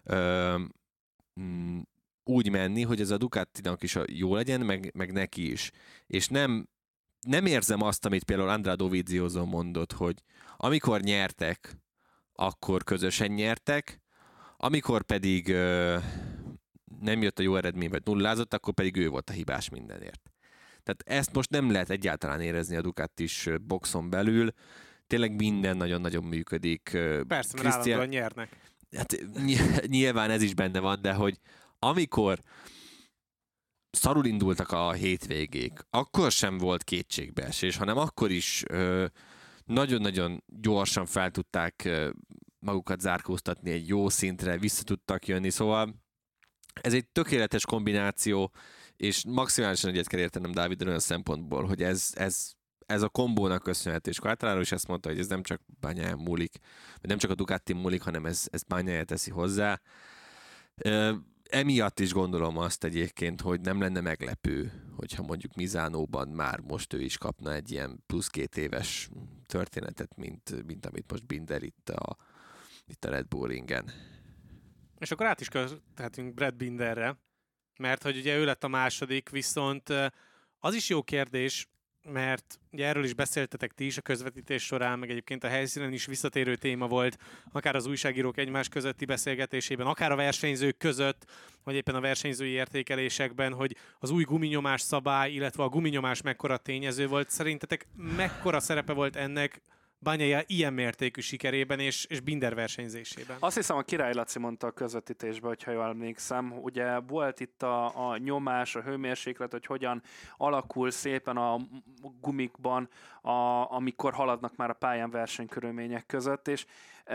úgy menni, hogy ez a Ducatinak is jó legyen, meg neki is. És nem érzem azt, amit például Andrea Dovizioso mondott, hogy amikor nyertek, akkor közösen nyertek, Amikor pedig nem jött a jó eredmény, vagy nullázott, akkor pedig ő volt a hibás mindenért. Tehát ezt most nem lehet egyáltalán érezni a Ducatis boxon belül. Tényleg minden nagyon-nagyon működik. Persze, mert állandóan nyernek. Hát nyilván ez is benne van, de hogy amikor szarul indultak a hétvégék, akkor sem volt kétségbeesés, hanem akkor is nagyon-nagyon gyorsan fel tudták magukat zárkóztatni egy jó szintre, vissza tudtak jönni, szóval ez egy tökéletes kombináció, és maximálisan egyet kell értenem Dávid olyan szempontból, hogy ez a kombónak köszönhető, és Quartararo is ezt mondta, hogy ez nem csak Bagnaia múlik, vagy nem csak a Ducati múlik, hanem ez Bagnaia teszi hozzá. Emiatt is gondolom azt egyébként, hogy nem lenne meglepő, hogyha mondjuk Misánóban már most ő is kapna egy ilyen plusz 2 éves történetet, mint amit most Binder itt a Red Bull ringen. És akkor át is köthetünk Brad Binderre, mert hogy ugye ő lett a második, viszont az is jó kérdés, mert ugye erről is beszéltetek ti is a közvetítés során, meg egyébként a helyszínen is visszatérő téma volt, akár az újságírók egymás közötti beszélgetésében, akár a versenyzők között, vagy éppen a versenyzői értékelésekben, hogy az új guminyomás szabály, illetve a guminyomás mekkora tényező volt. Szerintetek mekkora szerepe volt ennek Bagnaia ilyen mértékű sikerében és Binder versenyzésében? Azt hiszem, a Király Laci mondta a közvetítésben, hogyha jól emlékszem, ugye volt itt a nyomás, a hőmérséklet, hogy hogyan alakul szépen a gumikban, amikor haladnak már a pályán versenykörülmények között, és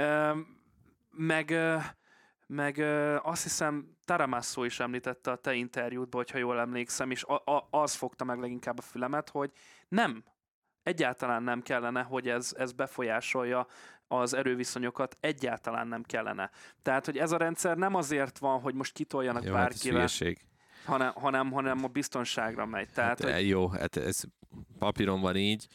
meg azt hiszem Taramasso is említette a te interjútban, hogyha jól emlékszem, és az fogta meg leginkább a fülemet, hogy egyáltalán nem kellene, hogy ez befolyásolja az erőviszonyokat, egyáltalán nem kellene. Tehát, hogy ez a rendszer nem azért van, hogy most kitoljanak bárkivel, hanem a biztonságra megy. Tehát, hát, hogy... Jó, hát ez papíron van így.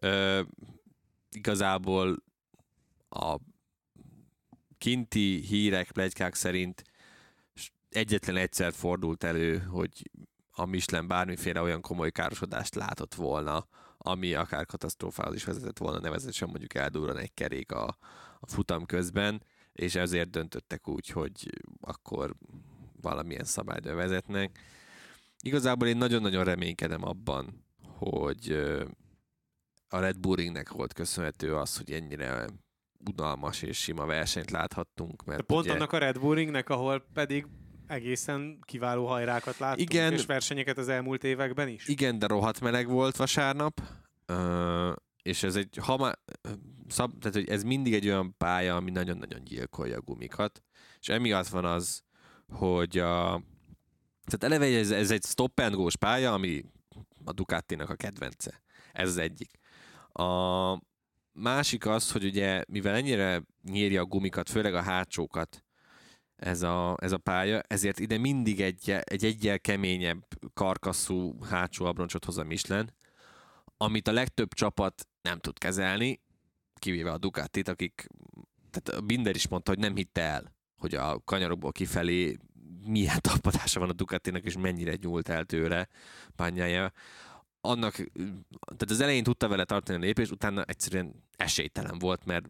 Igazából a kinti hírek, pletykák szerint egyetlen egyszer fordult elő, hogy a Michelin bármiféle olyan komoly károsodást látott volna, ami akár katasztrófához is vezetett volna, nevezetesen mondjuk eldurran egy kerék a futam közben, és ezért döntöttek úgy, hogy akkor valamilyen szabályt bevezetnek. Igazából én nagyon-nagyon reménykedem abban, hogy a Red Bull Ringnek volt köszönhető az, hogy ennyire unalmas és sima versenyt láthattunk. Mert pont ugye... annak a Red Bull Ringnek, ahol pedig egészen kiváló hajrákat láttunk, igen, és versenyeket az elmúlt években is. Igen, de rohadt meleg volt vasárnap, és ez tehát, hogy ez mindig egy olyan pálya, ami nagyon-nagyon gyilkolja a gumikat, és emiatt van az, hogy tehát eleve ez egy stop and go-s pálya, ami a Ducatinak a kedvence. Ez az egyik. A másik az, hogy ugye, mivel ennyire nyírja a gumikat, főleg a hátsókat, ez a pálya, ezért ide mindig egy egyel keményebb karkasszú hátsó abroncsot hoz a Michelin, amit a legtöbb csapat nem tud kezelni, kivéve a Ducatit, tehát a Binder is mondta, hogy nem hitte el, hogy a kanyarokból kifelé milyen tapadása van a Ducatinak, és mennyire nyúlt el tőle Bagnaia. Tehát az elején tudta vele tartani a lépést, utána egyszerűen esélytelen volt, mert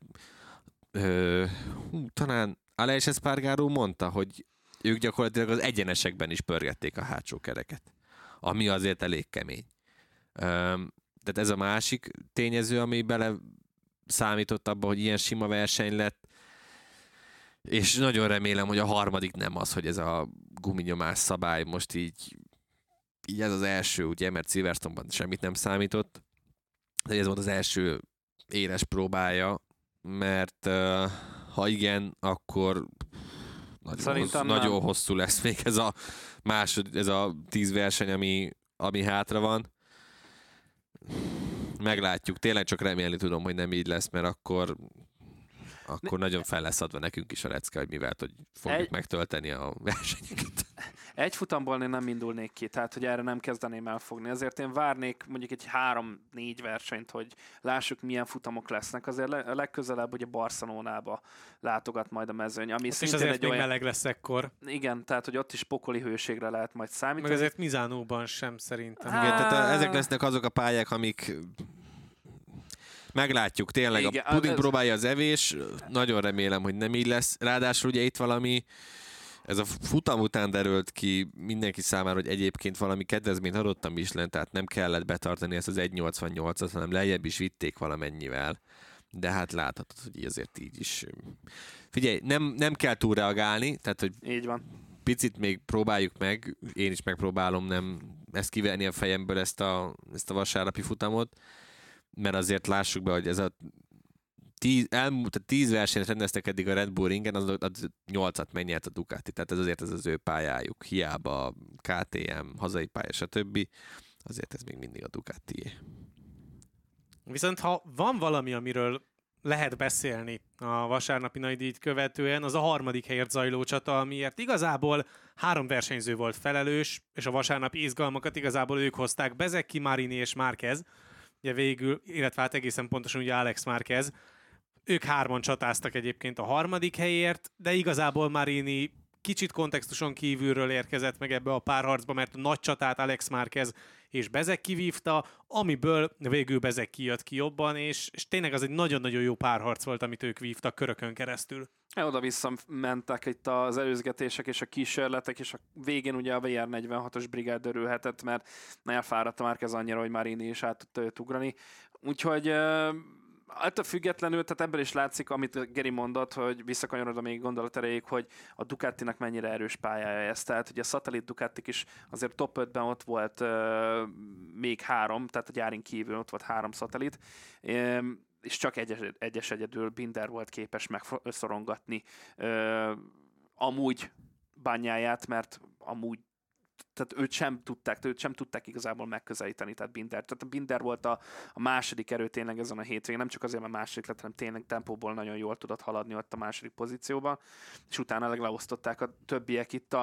talán Aleix Espargaró mondta, hogy ők gyakorlatilag az egyenesekben is pörgették a hátsó kereket, ami azért elég kemény. Tehát ez a másik tényező, ami bele számított abba, hogy ilyen sima verseny lett, és nagyon remélem, hogy a harmadik nem az, hogy ez a guminyomás szabály most így ez az első, ugye, mert Silverstone-ban semmit nem számított, de ez volt az első éles próbája, mert ha igen, akkor nagyon hosszú lesz még ez a 10 verseny, ami hátra van. Meglátjuk. Tényleg csak remélni tudom, hogy nem így lesz, mert akkor nagyon fel lesz adva nekünk is a lecke, hogy mivel fogjuk megtölteni a versenyeket. Egy futamból én nem indulnék ki, tehát hogy erre nem kezdeném elfogni. Azért én várnék mondjuk egy 3-4 versenyt, hogy lássuk, milyen futamok lesznek. Azért legközelebb ugye Barcelonába látogat majd a mezőny. Ami és azért még meleg lesz ekkor. Igen, tehát hogy ott is pokoli hőségre lehet majd számítani. Meg azért Misánóban sem szerintem. Igen, tehát ezek lesznek azok a pályák, amik Meglátjuk, tényleg. Igen, a puding próbálja az evés, nagyon remélem, hogy nem így lesz. Ráadásul ugye itt valami, ez a futam után derült ki mindenki számára, hogy egyébként valami kedvezményt adott a Michelin, tehát nem kellett betartani ezt az 1.88-at, hanem lejjebb is vitték valamennyivel. De hát láthatod, hogy azért így is. Figyelj, nem kell túl reagálni, tehát hogy így van. Picit még próbáljuk meg, én is megpróbálom nem ezt kiverni a fejemből, ezt a vasárnapi futamot, mert azért lássuk be, hogy ez a 10 versenyt rendeztek eddig a Red Bull ringen, az 8-at megnyert a Ducati, tehát ez azért az ő pályájuk, hiába KTM, hazai pálya, stb. Azért ez még mindig a Ducatié. Viszont ha van valami, amiről lehet beszélni a vasárnapi nagydíjat követően, az a harmadik helyért zajló csata, amiért igazából 3 versenyző volt felelős, és a vasárnapi izgalmakat igazából ők hozták, Bezzecchi, Marini és Márquez, ugye végül, illetve hát egészen pontosan ugye Alex Márquez. Ők 3-an csatáztak egyébként a harmadik helyért, de igazából Marini kicsit kontextuson kívülről érkezett meg ebbe a párharcba, mert a nagy csatát Alex Márquez és Bezzecchi vívta, amiből végül Bezzecchi jött ki jobban, és tényleg az egy nagyon-nagyon jó párharc volt, amit ők vívtak körökön keresztül. Oda-vissza mentek itt az előzgetések és a kísérletek, és a végén ugye a VR46-os brigád örülhetett, mert elfáradt a Márquez annyira, hogy Marini is át tudta őt ugrani. Úgyhogy ettől függetlenül, tehát ebből is látszik, amit Geri mondott, hogy visszakanyarodva még gondolat erejéig, hogy a Ducatinak mennyire erős pályája ez. Tehát ugye a szatellit Ducatik is azért top 5-ben ott volt még 3, tehát a gyárin kívül ott volt 3 szatellit, és csak egyedül Binder volt képes megszorongatni amúgy Bagnáját, mert amúgy tehát őt sem tudták igazából megközelíteni, tehát Binder. Tehát a Binder volt a második erő tényleg ezen a hétvégén, nem csak azért, mert második lett, hanem tényleg tempóból nagyon jól tudott haladni ott a második pozícióban, és utána leosztották a többiek itt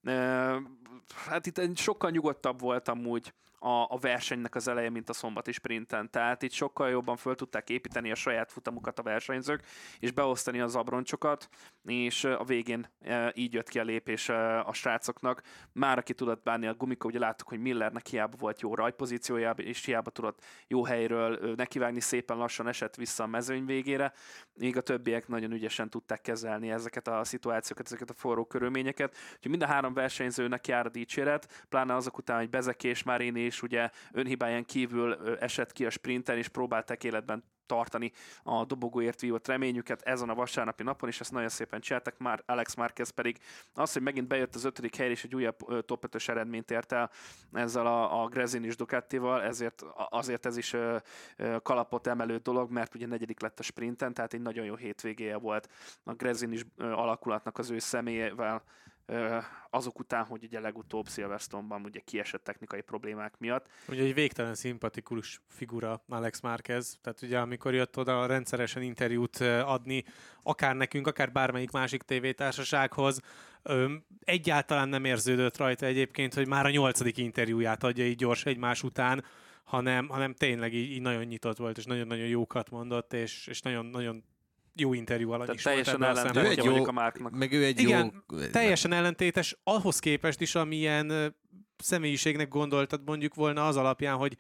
hát itt sokkal nyugodtabb volt amúgy a versenynek az eleje, mint a szombati sprinten. Tehát itt sokkal jobban föl tudták építeni a saját futamukat a versenyzők, és beosztani az abroncsokat, és a végén így jött ki a lépés a srácoknak. Már aki tudott bánni a gumika, ugye láttuk, hogy Millernek hiába volt jó rajtpozíciójában, és hiába tudott jó helyről nekivágni, szépen lassan esett vissza a mezőny végére, míg a többiek nagyon ügyesen tudták kezelni ezeket a szituációkat, ezeket a forró körülményeket. Úgyhogy mind a 3 versenyzőnek jár a dicséret, pláne azok után, hogy Bezzecchi és Marini is ugye önhibáján kívül esett ki a sprinten, és próbálták életben tartani a dobogóért vívott reményüket ezen a vasárnapi napon, és ezt nagyon szépen csináltak. Már Alex Márquez pedig az, hogy megint bejött az 5. helyre, és egy újabb top 5-ös eredményt ért el ezzel a Gresini-s Ducatival, azért ez is kalapot emelő dolog, mert ugye 4. lett a sprinten, tehát egy nagyon jó hétvégéje volt a Gresini-s alakulatnak az ő személyével, azok után, hogy ugye legutóbb Silverstone-ban ugye kiesett technikai problémák miatt. Ugye egy végtelen szimpatikus figura Alex Márquez, tehát ugye amikor jött oda rendszeresen interjút adni, akár nekünk, akár bármelyik másik tévétársasághoz, egyáltalán nem érződött rajta egyébként, hogy már a 8. interjúját adja így gyors egymás után, hanem tényleg így nagyon nyitott volt, és nagyon-nagyon jókat mondott, és nagyon jó interjú alany is volt. Teljesen ellentétes vagyok a Márknak. Meg ő egy igen, jó... teljesen ellentétes, ahhoz képest is, amilyen személyiségnek gondoltad mondjuk volna az alapján, hogy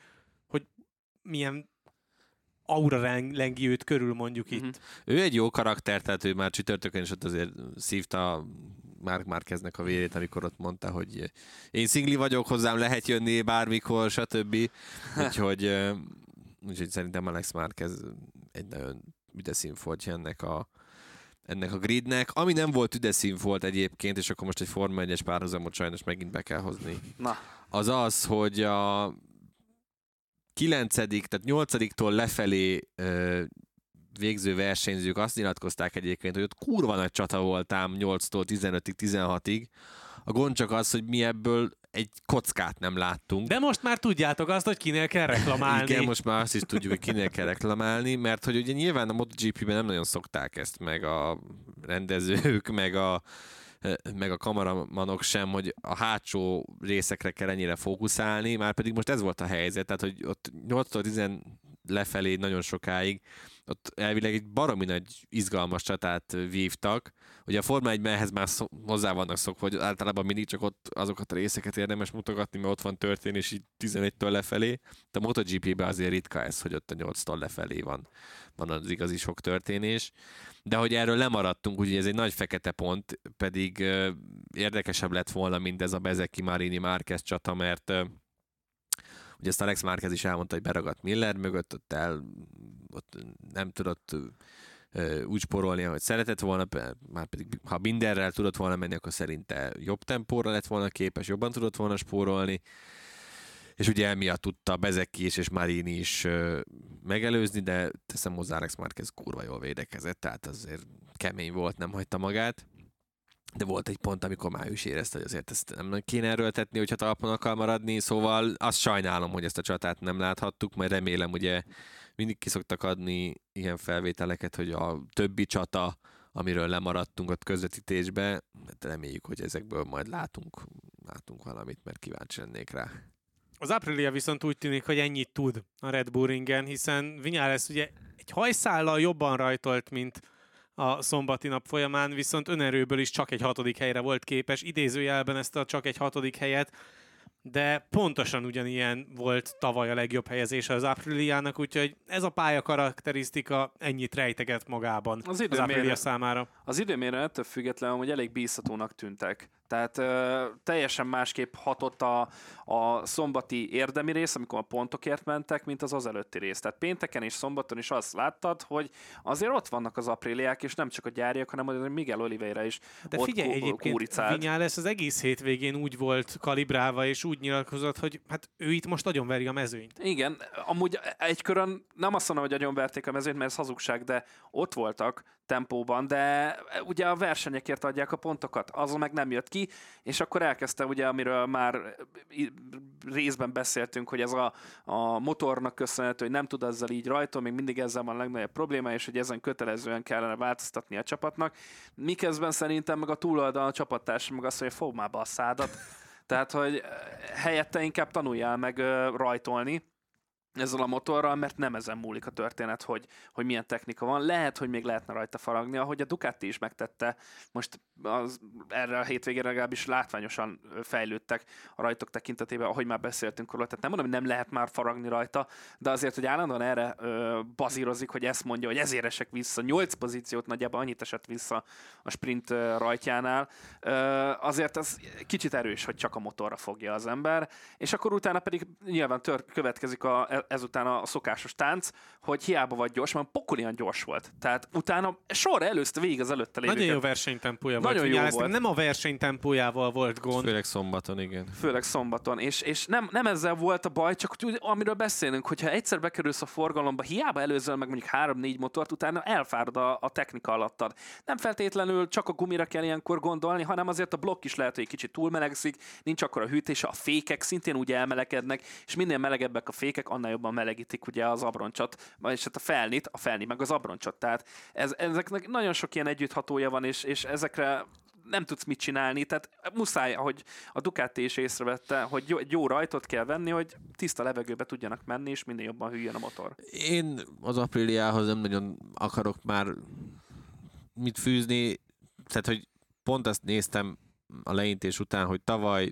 milyen aura lengi őt körül mondjuk itt. Ő egy jó karakter, tehát ő már csütörtökön is ott azért szívta Marc Márqueznek a vérét, amikor ott mondta, hogy én szingli vagyok, hozzám lehet jönni bármikor, stb. Úgyhogy szerintem Alex Márquez egy nagyon üde színfoltja ennek a gridnek. Ami nem volt üde színfolt egyébként, és akkor most egy Forma 1-es párhuzamot sajnos megint be kell hozni. Na. Az, hogy a 9., tehát 8-tól lefelé végző versenyzők azt nyilatkozták egyébként, hogy ott kurva nagy csata voltám 8-tól 15-ig, 16-ig. A gond csak az, hogy mi ebből egy kockát nem láttunk. De most már tudjátok azt, hogy kinél kell reklamálni. Igen, most már azt is tudjuk, hogy kinél kell reklamálni, mert hogy ugye nyilván a MotoGP-ben nem nagyon szokták ezt, meg a rendezők, meg a kameramanok sem, hogy a hátsó részekre kell ennyire fókuszálni, már pedig most ez volt a helyzet, tehát hogy ott 8-tól 10 lefelé nagyon sokáig ott elvileg egy baromi nagy izgalmas csatát vívtak. Ugye a Forma 1-ben ehhez már hozzá vannak szokva, hogy általában mindig csak ott azokat a részeket érdemes mutogatni, mert ott van történés így 11-től lefelé. De a MotoGP-ben azért ritka ez, hogy ott a 8-tól lefelé van az igazi sok történés. De hogy erről lemaradtunk, úgyhogy ez egy nagy fekete pont, pedig érdekesebb lett volna mindez a Bezzecchi Marini Márquez csata, mert ugye ezt Alex Márquez is elmondta, hogy beragadt Miller mögött, ott nem tudott úgy spórolni, ahogy szeretett volna, már pedig ha Binderrel tudott volna menni, akkor szerinte jobb tempóra lett volna képes, jobban tudott volna spórolni, és ugye emiatt tudta Bezzecchi és Marini is megelőzni, de teszem hozzá, Alex Márquez kurva jól védekezett, tehát azért kemény volt, nem hagyta magát. De volt egy pont, amikor már ő is érezte, hogy azért ezt nem kéne erőltetni, hogyha talpon akar maradni, szóval azt sajnálom, hogy ezt a csatát nem láthattuk, majd remélem, ugye mindig ki szoktak adni ilyen felvételeket, hogy a többi csata, amiről lemaradtunk ott közvetítésbe, reméljük, hogy ezekből majd látunk valamit, mert kíváncsi lennék rá. Az Aprilia viszont úgy tűnik, hogy ennyit tud a Red Bull ringen, hiszen Viñales ugye egy hajszállal jobban rajtolt, mint a szombati nap folyamán, viszont önerőből is csak egy 6. helyre volt képes, idézőjelben ezt a csak egy 6. helyet, de pontosan ugyanilyen volt tavaly a legjobb helyezése az Apriliának, úgyhogy ez a pálya karakterisztika ennyit rejteget magában az Aprilia számára. Az időmérő ettől függetlenül, hogy elég bízhatónak tűntek. Tehát teljesen másképp hatott a szombati érdemi rész, amikor a pontokért mentek, mint az előtti rész. Tehát pénteken és szombaton is azt láttad, hogy azért ott vannak az Apriliák, és nem csak a gyáriak, hanem a Miguel Oliveira is. De figyelj, egyébként Viñales az egész hétvégén úgy volt kalibrálva, és úgy nyilatkozott, hogy hát ő itt most agyonveri a mezőnyt. Igen, amúgy egy körön nem azt mondom, hogy agyonverték a mezőnyt, mert ez hazugság, de ott voltak tempóban, de ugye a versenyekért adják a pontokat, azon meg nem jött ki, és akkor elkezdte ugye, amiről már részben beszéltünk, hogy ez a motornak köszönhető, hogy nem tud ezzel így rajtolni, még mindig ezzel van a legnagyobb probléma, és hogy ezen kötelezően kellene változtatni a csapatnak. Miközben szerintem meg a túloldal a csapattársam meg azt mondja, hogy fogd már be a szádat. Tehát, hogy helyette inkább tanuljál meg rajtolni ezzel a motorral, mert nem ezen múlik a történet, hogy milyen technika van. Lehet, hogy még lehetne rajta faragni, ahogy a Ducati is megtette. Most erre a hétvégére legalábbis látványosan fejlődtek a rajtok tekintetében, ahogy már beszéltünk róla. Tehát nem mondom, hogy nem lehet már faragni rajta, de azért, hogy állandóan erre bazírozik, hogy ezt mondja, hogy ezért esek vissza. 8 pozíciót nagyjából annyit esett vissza a sprint rajtjánál. Azért az kicsit erős, hogy csak a motorra fogja az ember, és akkor utána pedig nyilván következik ezután a szokásos tánc, hogy hiába vagy gyors, mert pokolian gyors volt. Tehát utána sorra előzte végig az előtte lévőket. Nagyon jó versenytempója volt. Nagyon jó volt. Nem a versenytempójával volt gond. Főleg szombaton, igen. Főleg szombaton. És nem ezzel volt a baj, csak amiről beszélünk, hogyha egyszer bekerülsz a forgalomba, hiába előzöl meg mondjuk 3-4 motort, utána elfárad a technika alattad. Nem feltétlenül csak a gumira kell ilyenkor gondolni, hanem azért a blokk is lehet, hogy egy kicsit túlmelegszik, nincs akkor a hűtése, a fékek szintén úgy elmelegednek, és minél melegebbek a fékek, annál jobban melegítik ugye az abroncsot, és hát a felni meg az abroncsot. Tehát ezeknek nagyon sok ilyen együtthatója van, és ezekre nem tudsz mit csinálni, tehát muszáj, hogy a Ducati is észrevette, hogy egy jó rajtot kell venni, hogy tiszta levegőbe tudjanak menni, és minél jobban hűljön a motor. Én az Apriliához nem nagyon akarok már mit fűzni, tehát hogy pont azt néztem a leintés után, hogy tavaly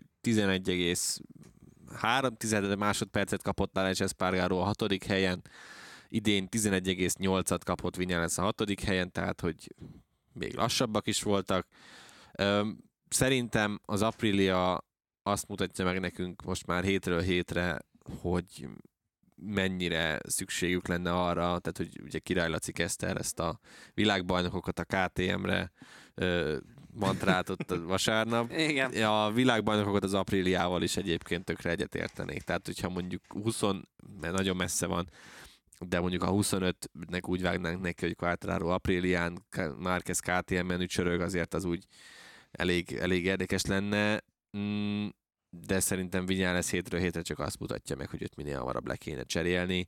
11,3 másodpercet kapott Alex Espargaró a 6. helyen, idén 11,8-at kapott Viñales a 6. helyen, tehát hogy még lassabbak is voltak. Szerintem az Aprilia azt mutatja meg nekünk most már hétről hétre, hogy mennyire szükségük lenne arra, tehát hogy ugye Király Laci kezdte el ezt a világbajnokokat a KTM-re mantrát ott a vasárnap. Igen. A világbajnokokat az Apriliával is egyébként tökre egyetértenék. Tehát, hogyha mondjuk 20, mert nagyon messze van, de mondjuk a 25-nek úgy vágnánk neki, hogy Quartararo Aprilián, Márquez KTM-en ücsörög, azért az úgy elég érdekes lenne, de szerintem Viñales hétről hétre csak azt mutatja meg, hogy őt minél hamarabb le kéne cserélni,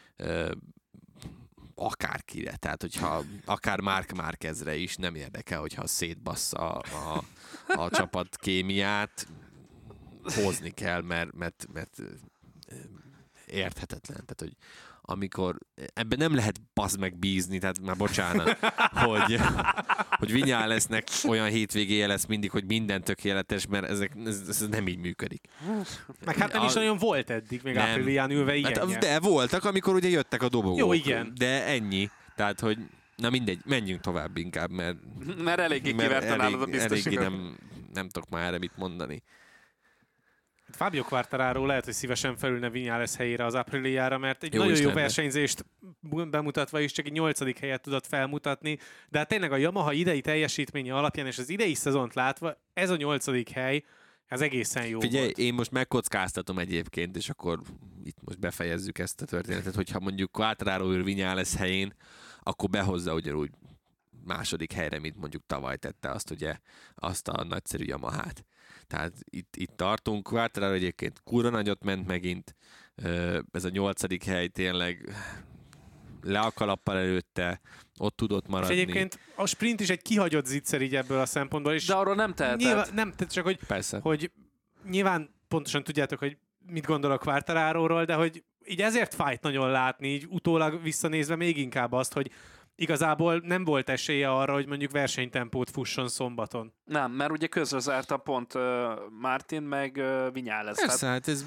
akárkire, tehát hogyha akár Marc Márquezre is nem érdekel, hogyha szétbassza a csapat kémiát, hozni kell, mert érthetetlen, tehát hogy amikor ebben nem lehet bazd meg bízni, tehát már bocsánat, hogy Viñalesnek olyan hétvégéje lesz mindig, hogy minden tökéletes, mert ez nem így működik. Meg hát nem is nagyon volt eddig, még Aprilján ülve ilyenje. Hát, de voltak, amikor ugye jöttek a dobogók. Jó, igen. De ennyi. Tehát, hogy na mindegy, menjünk tovább inkább, mert eléggé kiverte nálad a biztosítót. Eléggé nem tudok már erre mit mondani. Fábio Quartararo lehet, hogy szívesen felülne Viñales helyére az Apriliára, mert egy Jó nagyon jó lenne. versenyzést bemutatva is csak egy 8. helyet tudott felmutatni, de hát tényleg a Yamaha idei teljesítménye alapján és az idei szezont látva ez a 8. hely, ez egészen jó Figyelj, volt. én most megkockáztatom egyébként, és akkor itt most befejezzük ezt a történetet, hogyha mondjuk Quartararo ül Viñales helyén, akkor behozza ugyanúgy 2. helyre, mint mondjuk tavaly tette azt a nagyszerű Yamahát. Tehát itt tartunk. Quartararo egyébként kurva nagyot ment megint. Ez a 8. hely tényleg le a kalappal előtte, ott tudott maradni. És egyébként a sprint is egy kihagyott zicser így ebből a szempontból. És De arról nem tehetett. nyilván, nem, tehát csak Persze. hogy nyilván pontosan tudjátok, hogy mit gondolok Quartararóról, de hogy így ezért fájt nagyon látni, így utólag visszanézve még inkább azt, hogy igazából nem volt esélye arra, hogy mondjuk versenytempót fusson szombaton. Nem, mert ugye közrezárta pont Martin meg Viñales. Persze, hát ez...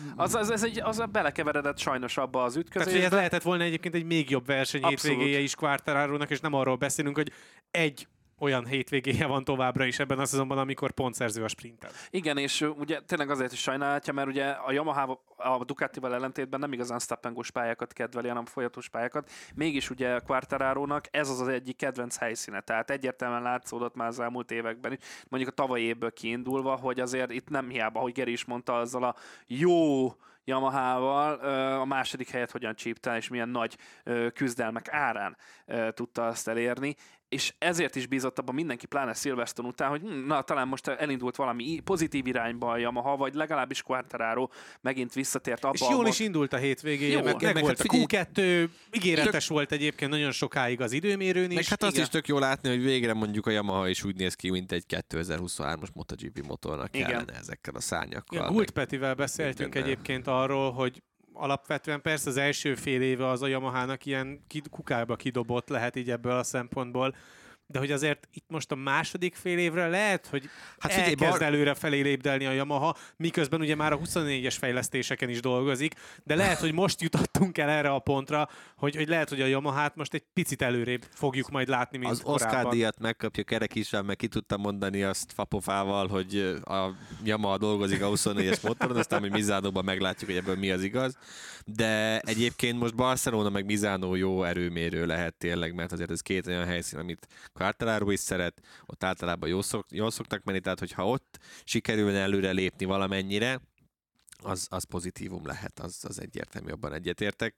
Az belekeveredett sajnos abba az Tehát, hogy ütközésbe. ez lehetett volna egyébként egy még jobb verseny Abszolút. hétvégéje is Quartararónak, és nem arról beszélünk, hogy egy olyan hétvégéje van továbbra is ebben a szezonban, amikor pontszerző a sprinten. Igen, és ugye tényleg azért is sajnálhatja, mert ugye a Yamaha a Ducatival ellentétben nem igazán stop-and-go-s pályákat kedveli, hanem folyamatos pályákat. Mégis ugye Quartararónak ez az egyik kedvenc helyszíne, tehát egyértelműen látszódott már az elmúlt években is, mondjuk a tavalyi évből kiindulva, hogy azért itt nem hiába, ahogy Geri is mondta, azzal a jó Yamahával a 2. helyet hogyan csípte, és milyen nagy küzdelmek árán tudta azt elérni, és ezért is bízott abban mindenki, pláne Silverstone után, hogy na, talán most elindult valami pozitív irányba a Yamaha, vagy legalábbis Quartararo megint visszatért abba. És jól is indult a hétvégéje, Jó, meg volt hát a Q2, ígéretes volt egyébként nagyon sokáig az időmérőn is. Meg hát azt igen. is tök jó látni, hogy végre mondjuk a Yamaha is úgy néz ki, mint egy 2023-as MotoGP motornak kellene ezekkel a szárnyakkal. Ja, Gult Petivel beszéltünk mindennel. egyébként arról, hogy alapvetően persze az első fél éve az a Yamahának ilyen kukába kidobott lehet így ebből a szempontból, de hogy azért itt most a 2. fél évre lehet, hogy elkezd előre felé lépdelni a Yamaha, miközben ugye már a 24-es fejlesztéseken is dolgozik, de lehet, hogy most jutottunk el erre a pontra, hogy lehet, hogy a Yamahát most egy picit előrébb fogjuk majd látni, mint az korábban. Oscar díjat megkapja Kerek István, meg ki tudtam mondani azt fapofával, hogy a Yamaha dolgozik a 24-es motoron, aztán hogy Misánóban meglátjuk, hogy ebből mi az igaz. De egyébként most Barcelona meg Misánó jó erőmérő lehet tényleg, mert azért ez 2 olyan helyszín, amit Quartararo is szeret, ott általában jól szoktak menni, tehát hogyha ott sikerülne előre lépni valamennyire, az pozitívum lehet, az egyértelmű, abban egyetértek,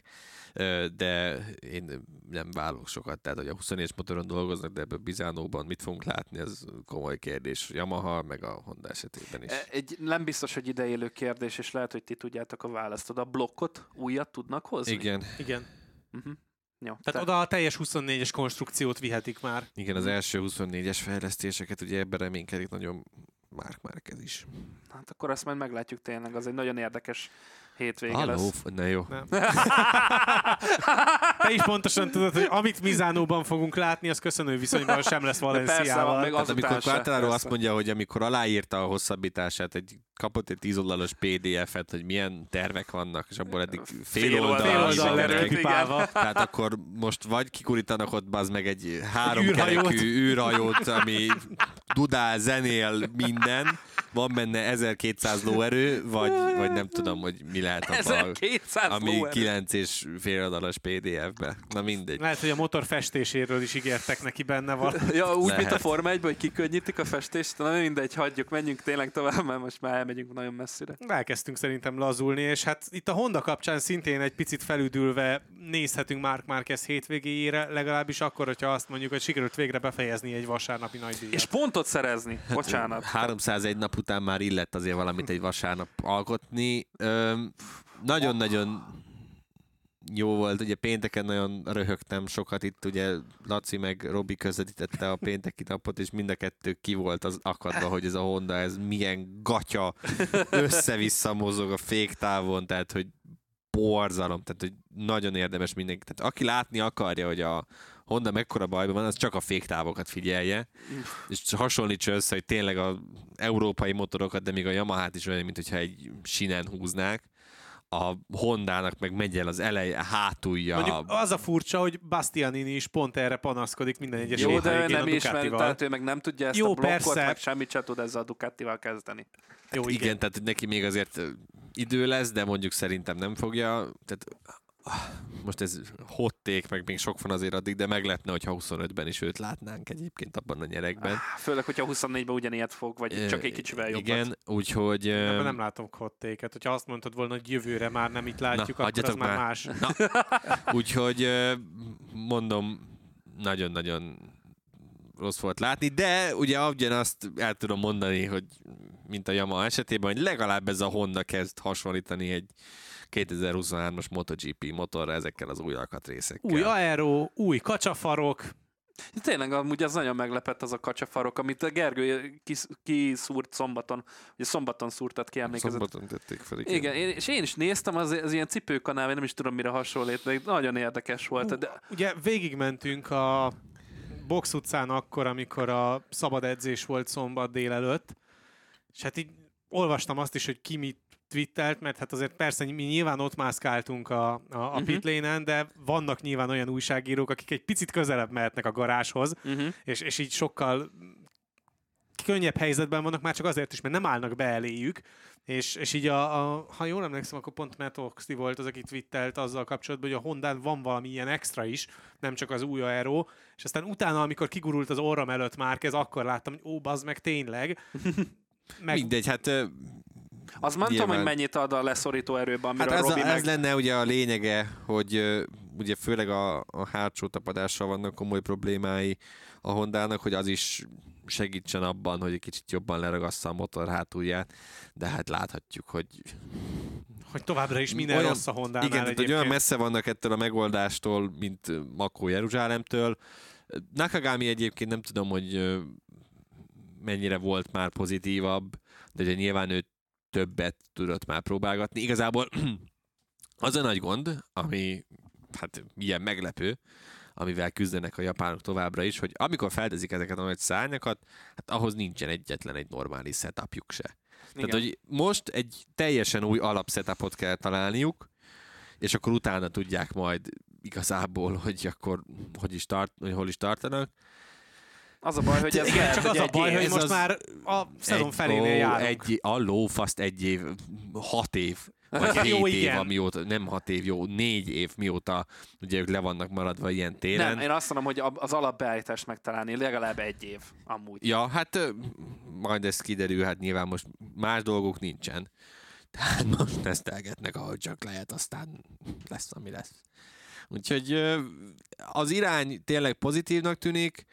de én nem válok sokat, tehát hogy a 24-es motoron dolgoznak, de ebből Misánóban mit fogunk látni, ez komoly kérdés. Yamaha, meg a Honda esetében is. Nem biztos, hogy ideélő kérdés, és lehet, hogy ti tudjátok a választ. A blokkot újat tudnak hozni? Igen. Uh-huh. Jó, Tehát oda a teljes 24-es konstrukciót vihetik már. Igen, az első 24-es fejlesztéseket, ugye ebben reménykedik nagyon Marc Márquez is. Hát akkor azt majd meglátjuk tényleg, az egy nagyon érdekes hétvége Halló, lesz. na jó. Nem. Te is pontosan tudod, hogy amit Misánóban fogunk látni, az köszönő viszonyban sem lesz Valenciával. meg Tehát amikor Quartararo azt persze. mondja, hogy amikor aláírta a hosszabbítását, kapott egy 10 oldalas PDF-et, hogy milyen tervek vannak, és abból eddig fél oldal lerövidítve. Tehát akkor most vagy kikurítanak ott bazd meg egy 3 Űrhajót. kerekű űrhajót, ami dudál, zenél, minden, van benne 1200 lóerő, vagy nem tudom, hogy mi lehet abban, 1200 ami lóerő. 9 és fél oldalas PDF-be. Na mindegy. Lehet, hogy a motor festéséről is ígértek neki benne valami. Ja, úgy, mint a Lehet. Forma 1-ben, hogy kikönnyítik a festést, na mindegy, hagyjuk, menjünk tényleg tovább, mert most már elmegyünk nagyon messzire. Elkezdtünk szerintem lazulni, és hát itt a Honda kapcsán szintén egy picit felüdülve nézhetünk Marc Márquez hétvégéjére, legalábbis akkor, hogyha azt mondjuk, hogy sikerült végre befejezni egy vasárnapi nagydíjat. És pontot szerezni, bocsánat. 301 nap után már illett azért valamit egy vasárnap alkotni. Nagyon-nagyon jó volt, ugye pénteken nagyon röhögtem sokat itt, ugye Laci meg Robi közvetítette a pénteki napot, és mind a kettő ki volt az akadva, hogy ez a Honda, ez milyen gatya, össze-vissza mozog a féktávon, tehát hogy borzalom, tehát hogy nagyon érdemes mindenki. Tehát aki látni akarja, hogy a Honda mekkora bajban van, az csak a féktávokat figyelje, és hasonlítsa össze, hogy tényleg az európai motorokat, de még a Yamahát is olyan, mint hogyha egy sinen húznák. A Hondának meg megy el az eleje, hátulja. Mondjuk az a furcsa, hogy Bastianini is pont erre panaszkodik minden egyes Jó, de ő hétvégén nem a ismeri, Ducatival. tehát ő meg nem tudja ezt Jó, a blokkot, persze. meg semmit sem tud ezzel a Ducatival kezdeni. Jó, igen, tehát neki még azért idő lesz, de mondjuk szerintem nem fogja. Tehát most ez hot take, meg még sok van azért addig, de meglepne, hogyha 25-ben is őt látnánk egyébként abban a nyerekben. Főleg, hogyha 24-ben ugyanilyet fog, vagy csak egy kicsivel jobbat. Igen, úgyhogy... Ebben nem látom hot take-et. Hogyha azt mondtad volna, hogy jövőre már nem itt látjuk, akkor az már más. Na, úgyhogy mondom, nagyon-nagyon rossz volt látni, de ugye ugyanazt el tudom mondani, hogy mint a Yamaha esetében, hogy legalább ez a Honda kezd hasonlítani egy 2023-as MotoGP motorra ezekkel az új alkatrészekkel. Új aero, új kacsafarok. Tényleg amúgy az nagyon meglepett az a kacsafarok, amit a Gergő kiszúrt szombaton. Ugye szombaton szúrtad ki, emlékezett. Szombaton tették fel. Igen, és én is néztem, az ilyen cipőkanál, nem is tudom mire hasonlít, de nagyon érdekes volt. De... Ugye végigmentünk a Box utcán akkor, amikor a szabad edzés volt szombat délelőtt, és hát így olvastam azt is, hogy ki mit twittelt, mert hát azért persze mi nyilván ott mászkáltunk a pit lane-en, de vannak nyilván olyan újságírók, akik egy picit közelebb mehetnek a garázshoz, és így sokkal könnyebb helyzetben vannak már csak azért is, mert nem állnak be eléjük, és így ha jól emlékszem, akkor pont Matt Oxley volt az, aki twittelt azzal kapcsolatban, hogy a Hondán van valami ilyen extra is, nem csak az új aero, és aztán utána, amikor kigurult az orrom előtt Márquez, akkor láttam, hogy ó, bazd meg tényleg. Mindegy, hát... Az nem tudom, hogy mennyit ad a leszorító erőben, amiről hát Robi ez lenne ugye a lényege, hogy ugye főleg a hátsó tapadással vannak komoly problémái a Hondának, hogy az is segítsen abban, hogy egy kicsit jobban leragassza a motor hátulját, de hát láthatjuk, hogy továbbra is minden olyan, rossz a Hondánál. Igen, tehát, hogy olyan messze vannak ettől a megoldástól, mint Makó Jeruzsálemtől. Nakagami egyébként nem tudom, hogy mennyire volt már pozitívabb, de ugye nyilván ő többet tudott már próbálgatni. Igazából az a nagy gond, ami hát ilyen meglepő, amivel küzdenek a japánok továbbra is, hogy amikor feltezik ezeket a nagy szárnyakat, hát ahhoz nincsen egyetlen egy normális setupjuk se. Igen. Tehát, hogy most egy teljesen új alapsetupot kell találniuk, és akkor utána tudják majd igazából, hogy akkor hol is tartanak. Az a baj, hogy ez igen, csak az a baj, hogy most már a szezon felénél járunk. A lófaszt 1 év, 6 év, vagy 7 jó, év, igen. amióta, nem 6 év, jó, 4 év mióta ugye ők le vannak maradva ilyen téren. Nem, én azt mondom, hogy az alapbeállítást megtalálni legalább 1 év amúgy. Ja, hát majd ez kiderül, hát nyilván most más dolgok nincsen. Tehát most tesztelgetnek, ahogy csak lehet, aztán lesz, ami lesz. Úgyhogy az irány tényleg pozitívnak tűnik,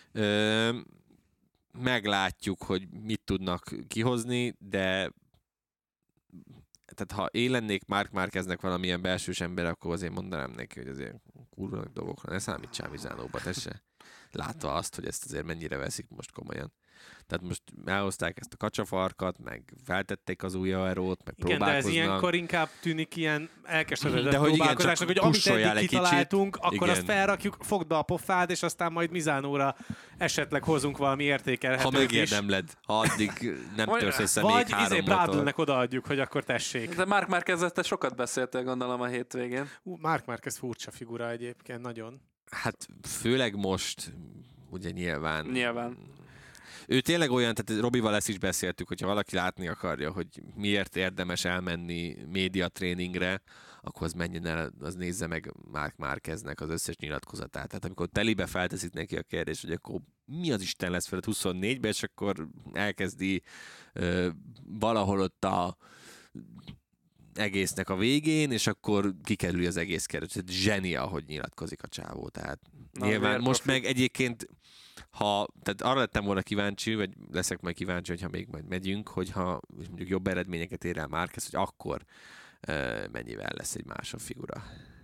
meglátjuk, hogy mit tudnak kihozni, de tehát ha én lennék Marc Márqueznek valamilyen belsős ember, akkor azért mondanám neki, hogy azért kurva nagy dolgokra ne számítsál Mizánóba, te se. Látva azt, hogy ezt azért mennyire veszik most komolyan. Tehát most elhozták ezt a kacsafarkat, meg feltették az új aerót, meg igen, próbálkoznak. de ez ilyenkor inkább tűnik ilyen elkeseredett de hogy próbálkozásnak, hogy amit eddig kitaláltunk, akkor igen. azt felrakjuk, fogd be a pofád, és aztán majd Mizánóra esetleg hozunk valami értékelhetőt ha is. megérdemled, ha addig nem törsz össze még vagy 3 motor. Bradley-nek odaadjuk, hogy akkor tessék. De Marc Márquezzel te sokat beszéltél, gondolom, a hétvégén. Marc Márquez furcsa figura egyébként, nagyon. Hát főleg most, ugye nyilván. Ő tényleg olyan, tehát Robival ezt is beszéltük, hogyha valaki látni akarja, hogy miért érdemes elmenni médiatréningre, akkor az menjen el, az nézze meg Marc Márqueznek az összes nyilatkozatát. Tehát amikor telibe felteszik neki a kérdés, hogy akkor mi az Isten lesz veled 24-ben, és akkor elkezdi valahol ott a egésznek a végén, és akkor kikerüli az egész kérdést. Zseni, ahogy nyilatkozik a csávó. Tehát nyilván most meg egyébként tehát arra lettem volna kíváncsi, vagy leszek majd kíváncsi, hogyha még majd megyünk, hogyha mondjuk jobb eredményeket ér el Márquez, hogy akkor mennyivel lesz egy másabb figura.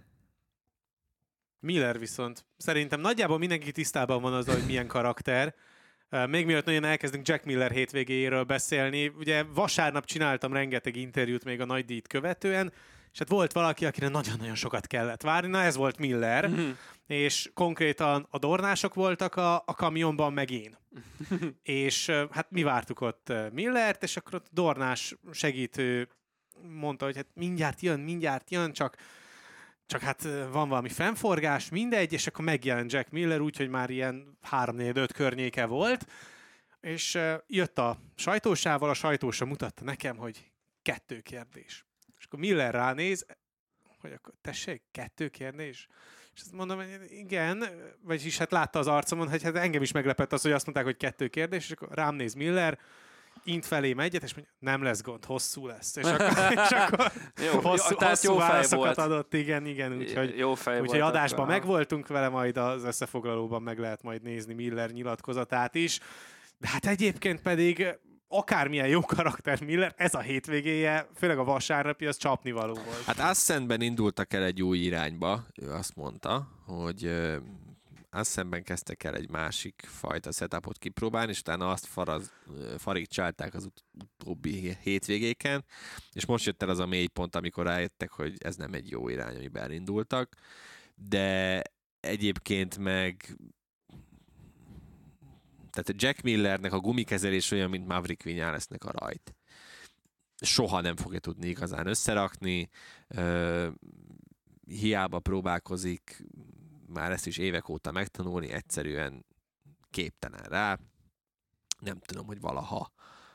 Miller viszont szerintem nagyjából mindenki tisztában van azzal, hogy milyen karakter. Még mielőtt nagyon elkezdünk Jack Miller hétvégéjéről beszélni, ugye vasárnap csináltam rengeteg interjút még a nagy díjt követően, és hát volt valaki, akire nagyon-nagyon sokat kellett várni, na ez volt Miller, és konkrétan a Dornások voltak a kamionban, meg én. És hát mi vártuk ott Millert, és akkor ott Dornás segítő mondta, hogy hát mindjárt jön, csak hát van valami fennforgás, mindegy, és akkor megjelent Jack Miller, úgyhogy már ilyen 3-4-5 környéke volt, és jött a sajtósával, a sajtósa mutatta nekem, hogy 2 kérdés. És akkor Miller ránéz, hogy akkor tessék, 2 kérdés? És azt mondom, hogy igen, vagyis hát látta az arcomon, hogy hát engem is meglepett az, hogy azt mondták, hogy 2 kérdés, és akkor rám néz Miller, int felém egyet, és mondja, nem lesz gond, hosszú lesz. És akkor hosszú válaszokat adott, igen, úgyhogy adásban megvoltunk vele, majd az összefoglalóban meg lehet majd nézni Miller nyilatkozatát is. De hát egyébként pedig akármilyen jó karakter Miller, ez a hétvégéje, főleg a vasárnapi, az csapnivaló volt. Hát Ascenben indultak el egy új irányba, ő azt mondta, hogy Ascenben kezdtek el egy másik fajta setupot kipróbálni, és utána azt farigcsálták az utóbbi hétvégéken, és most jött el az a mélypont, amikor rájöttek, hogy ez nem egy jó irány, amiben elindultak, de egyébként meg tehát Jack Millernek a gumikezelés olyan, mint Maverick Vinalesnek a rajt. Soha nem fogja tudni igazán összerakni, hiába próbálkozik már ezt is évek óta megtanulni, egyszerűen képtelen rá. Nem tudom, hogy valaha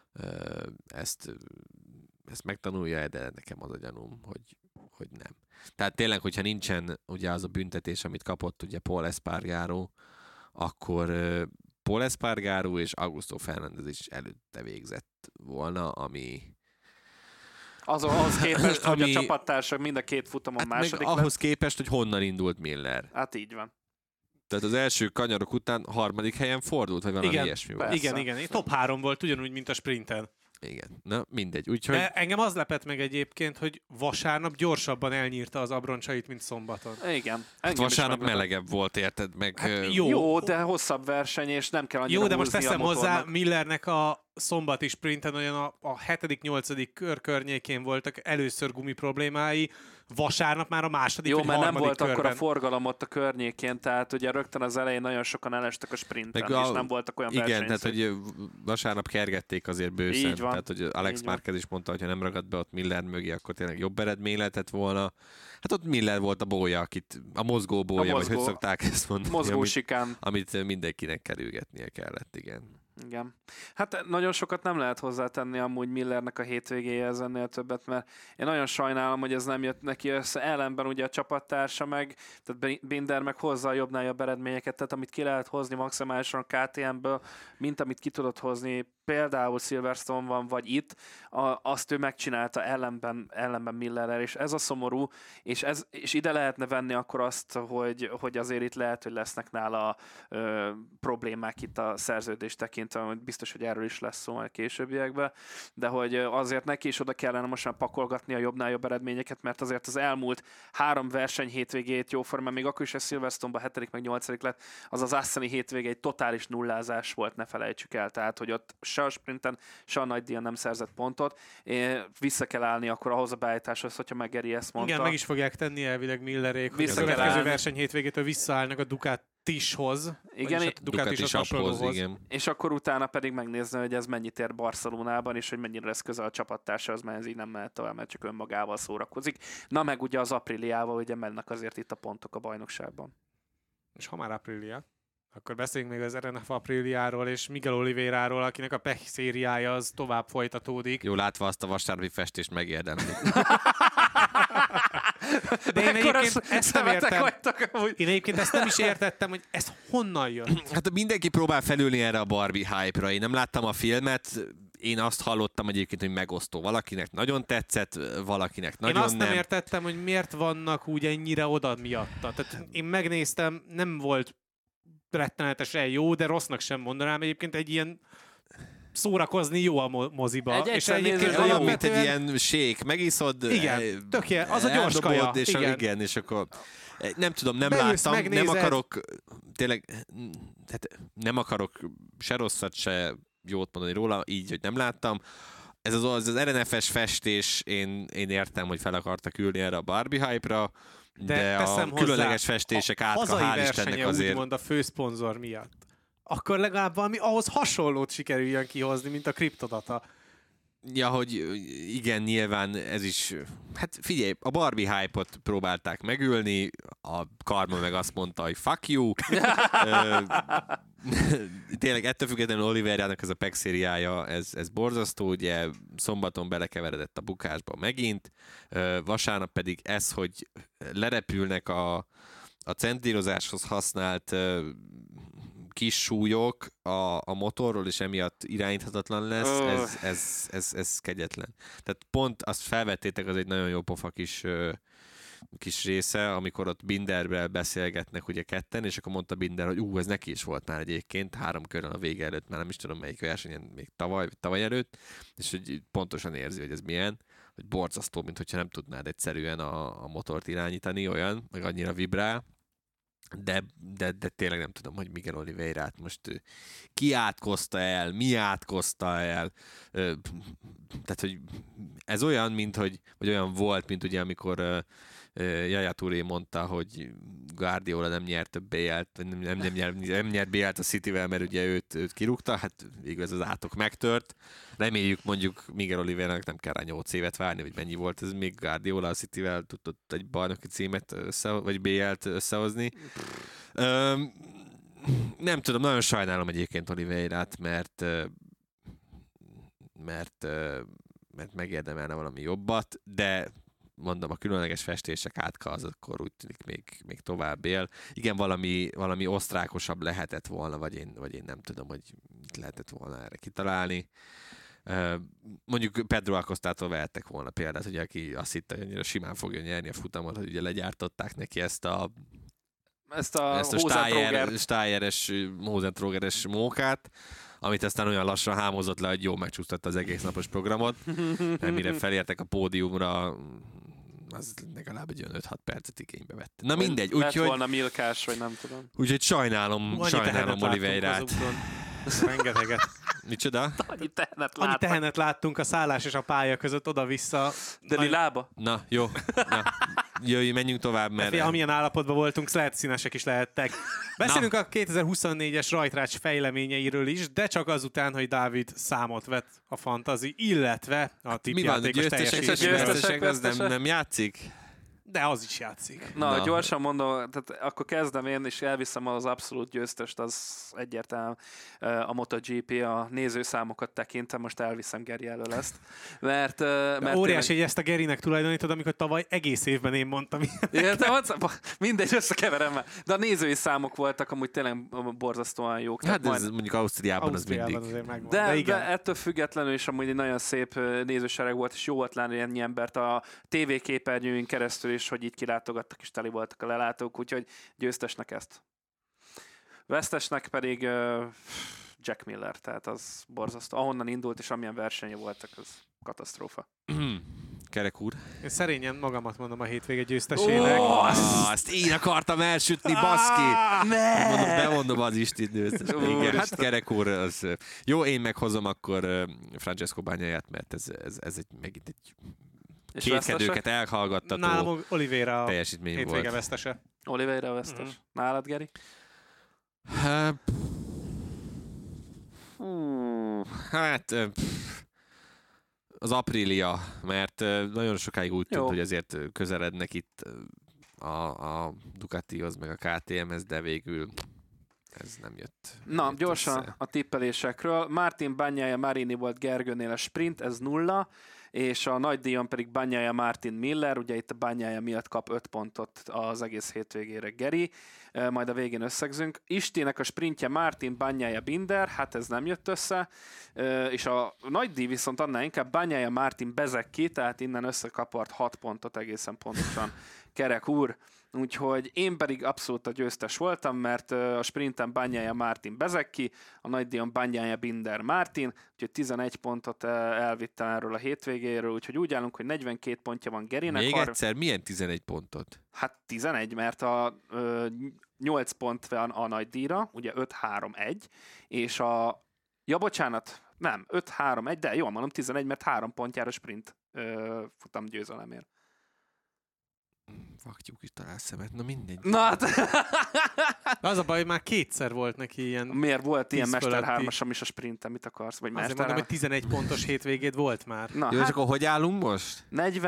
ezt megtanulja, de nekem az a gyanúm, hogy nem. Tehát tényleg, hogyha nincsen ugye az a büntetés, amit kapott ugye Paul Espargaro, akkor Paul Espargaro és Augusto Fernández is előtte végzett volna, ami... Ahhoz képest, hogy a csapattársak mind a 2 futamon hát második lett. Ahhoz képest, hogy honnan indult Miller. Hát így van. Tehát az első kanyarok után 3. helyen fordult, vagy valami ilyesmi volt. Igen. Top 3 volt, ugyanúgy, mint a sprinten. Igen, na mindegy. Úgyhogy... De engem az lepett meg egyébként, hogy vasárnap gyorsabban elnyírta az abroncsait, mint szombaton. Igen. Hát vasárnap melegebb volt, érted? Meg, hát jó, de hosszabb verseny, és nem kell annyira. Jó, de most teszem hozzá, Millernek a szombati sprinten olyan a 7.-8. kör környékén voltak először gumi problémái, vasárnap már a második vagy harmadik körben. Jó, mert nem volt akkor a forgalom ott a környékén, tehát ugye rögtön az elején nagyon sokan elestek a sprinten, és nem voltak olyan igen, tehát hogy vasárnap kergették azért bőszen. Így van. Tehát, hogy Alex Márquez is mondta, hogy ha nem ragadt be ott Miller mögé, akkor tényleg jobb eredmény lehetett volna. Hát ott Miller volt a bója, a mozgó bója, vagy hogy szokták ezt mondani. Mozgó sikán. Amit mindenkinek kerülgetnie kellett, igen. Igen. Hát nagyon sokat nem lehet hozzátenni amúgy Millernek a hétvégéhez ennél többet, mert én nagyon sajnálom, hogy ez nem jött neki össze. Ellenben ugye a csapattársa meg, tehát Binder meg hozza a jobbnál jobb eredményeket, tehát amit ki lehet hozni maximálisan a KTM-ből, mint amit ki tudott hozni például Silverstone-ban, vagy itt, azt ő megcsinálta ellenben Millerrel, és ez a szomorú, és ide lehetne venni akkor azt, hogy azért itt lehet, hogy lesznek nála problémák itt a szerződés tekintve, hogy biztos, hogy erről is lesz szó majd későbbiekben, de hogy azért neki is oda kellene most már pakolgatni a jobbnál jobb eredményeket, mert azért az elmúlt 3 verseny hétvégét jóformán, még akkor is a Silverstone-ban 7. meg 8. lett, az Asseni hétvége egy totális nullázás volt, ne felejtsük el, tehát hogy ott se a sprinten, se a nagy díjon nem szerzett pontot. Vissza kell állni akkor ahhoz a beállításhoz, hogyha Meggeri ezt mondta. Igen, meg is fogják tenni elvileg Millerék, hogy a következő verseny hétvégétől visszaállnak a Ducatishoz. Igen, a Ducatis hasonlóhoz. Igen. És akkor utána pedig megnézni, hogy ez mennyit ér Barcelonában, és hogy mennyire lesz közel a csapattársához, mert ez így nem mehet tovább, mert csak önmagával szórakozik. Na meg ugye az Apriliával, ugye mennek azért itt a pontok a bajnokságban. És ha már Aprilia, akkor beszéljünk még az RNF Apriliáról és Miguel Oliveráról, akinek a pech szériája az tovább folytatódik. Jó, látva azt a vasárnapi festést megérdemli. De én egyébként ezt nem értem. Én egyébként ezt nem is értettem, hogy ez honnan jön. Hát mindenki próbál felülni erre a Barbie hype-ra. Én nem láttam a filmet, én azt hallottam egyébként, hogy megosztó. Valakinek nagyon tetszett, valakinek nagyon nem. Én azt nem értettem, hogy miért vannak úgy ennyire oda miatta. Tehát én megnéztem, nem volt rettenetesen jó, de rossznak sem mondanám. Egyébként egy ilyen szórakozni jó a moziba. És egyébként olyan, mint egy ilyen sék, megiszod. Igen, tökéletes, az a gyors kaja. És igen, és akkor nem tudom, nem beülsz, láttam, megnézed. nem akarok, tényleg, hát nem akarok se rosszat, se jót mondani róla, így, hogy nem láttam. ez az RNF-es festés, én értem, hogy fel akartak ülni erre a Barbie hype-ra, de a különleges festések átka, hál' Istennek azért... úgymond a főszponzor miatt, akkor legalább valami ahhoz hasonlót sikerüljön kihozni, mint a Cryptodata. Ja, hogy igen, nyilván ez is... Hát figyelj, a Barbie hype-ot próbálták megülni, a Karma meg azt mondta, hogy fuck you. Tényleg ettől függetlenül Oliveira-nak ez a PEC szériája, ez borzasztó, ugye szombaton belekeveredett a bukásba megint, vasárnap pedig ez, hogy lerepülnek a centírozáshoz használt kis súlyok a motorról, és emiatt irányíthatatlan lesz, ez kegyetlen. Tehát pont azt felvettétek, az egy nagyon jó pofa kis része, amikor ott Binderrel beszélgetnek ugye ketten, és akkor mondta Binder, hogy ez neki is volt már egyébként 3 körön a vége előtt, már nem is tudom melyik versenyen, még tavaly előtt, és hogy pontosan érzi, hogy ez milyen, hogy borzasztó, mint hogyha nem tudnád egyszerűen a motort irányítani, olyan, meg annyira vibrál, de tényleg nem tudom, hogy Miguel Oliveirát most ki átkozta el, mi átkozta el, tehát, hogy ez olyan, vagy olyan volt, mint ugye, amikor Yaya Touré mondta, hogy Guardiola nem nyert több BL-t, nem nyert BL-t a Cityvel, mert ugye őt kirúgta, hát végül ez az átok megtört. Reméljük mondjuk Miguel Oliveira-nak nem kell rá 8 évet várni, vagy mennyi volt ez, még Guardiola a Cityvel tudott egy bajnoki címet vagy BL-t összehozni. Nem tudom, nagyon sajnálom egyébként Oliveirát, mert megérdemelne valami jobbat, de mondom, a különleges festések átka az akkor úgy tűnik még tovább él. Igen, valami osztrákosabb lehetett volna, vagy én nem tudom, hogy mit lehetett volna erre kitalálni. Mondjuk Pedro Acostától vehettek volna példát, ugye, aki azt hitte, hogy annyira simán fogja nyerni a futamot, hogy ugye legyártották neki ezt a Steyeres, Hosentrogeres mókát, amit aztán olyan lassan hámozott le, hogy jó megcsúsztatta az egész napos programot, mert mire felértek a pódiumra, az legalább egy olyan 5-6 percet igénybe vett. Na mindegy, úgyhogy... volna Milkás, vagy nem tudom. Úgyhogy sajnálom Oliveirát. Rengeteget. Micsoda? Annyi tehenet láttunk a szállás és a pálya között oda-vissza. De lilába? Na, jó. Jöjj, menjünk tovább, mert... Amilyen állapotban voltunk, lehet színesek is lehettek. Beszélünk a 2024-es rajtrács fejleményeiről is, de csak azután, hogy Dávid számot vett a fantazi, illetve a tippjátékos teljesítmények. Az nem játszik? De az is játszik. Na, gyorsan mondom, tehát akkor kezdem én, és elviszem az abszolút győztest, az egyértelmű a MotoGP, a nézőszámokat tekintem, most elviszem Geri elől ezt. Mert óriási, hogy ezt a Gerinek tulajdonítod, amikor tavaly egész évben én mondtam. Mindegy, összekeverem már. De a nézői számok voltak amúgy tényleg borzasztóan jók. Hát ez mondjuk Ausztriában az mindig. De ettől függetlenül is amúgy egy nagyon szép nézősereg volt, és jó volt látni ennyi embert a tévéképernyőn keresztül, és hogy így kilátogattak, és teli voltak a lelátók, úgyhogy győztesnek ezt. Vesztesnek pedig Jack Miller, tehát az borzasztó. Ahonnan indult, és amilyen versenye voltak, az katasztrófa. Kerek úr. Én szerényen magamat mondom a hétvége győztesének. Azt én akartam elsütni, baszki! Bemondom az Istit győztes. Igen, hát Kerek úr, az... Jó, én meghozom akkor Francesco Bagnaiát, mert ez megint egy kétkedőket elhallgattató nálam Oliveira a hétvége vesztese. Oliveira a vesztes. Nálad, Geri? Hát az Aprilia, mert nagyon sokáig úgy tűnt, hogy ezért közelednek itt a Ducatihoz, meg a KTM-hez, de végül ez nem jött. Na, gyorsan össze. A tippelésekről. Martin Bagnaia Marini volt Gergőnél a sprint, ez 0, és a nagy díjon pedig Bagnaia Martin Miller, ugye itt a Bagnaia miatt kap 5 pontot az egész hétvégére Geri, majd a végén összegzünk. Istének a sprintje Martin Bagnaia Binder, hát ez nem jött össze, és a nagy díj viszont annál inkább Bagnaia Martin Bezecchi, tehát innen összekapart 6 pontot egészen pontosan Kerek úr. Úgyhogy én pedig abszolút a győztes voltam, mert a sprinten Bagnaia Martin Bezecchi, a nagydíjon Bagnaia Binder Martin, úgyhogy 11 pontot elvittem erről a hétvégéről, úgyhogy úgy állunk, hogy 42 pontja van Gerinek. Még egyszer, milyen 11 pontot? Hát 11, mert a 8 pont van a nagydíjra, ugye 5-3-1, és a Ja, bocsánat, nem, 5-3-1, de jól mondom, 11, mert 3 pontjára sprint futam győzelemért. Vaktyúk is talál szemet, na mindegy. Na hát... Az a baj, hogy már kétszer volt neki ilyen... Miért volt ilyen 10 Mester fölötti. 3-asam is a sprinten, mit akarsz? Vagy Azért Mester mondom, hogy 11 pontos hétvégéd volt már. Na, Jó, hát és akkor hogy állunk most?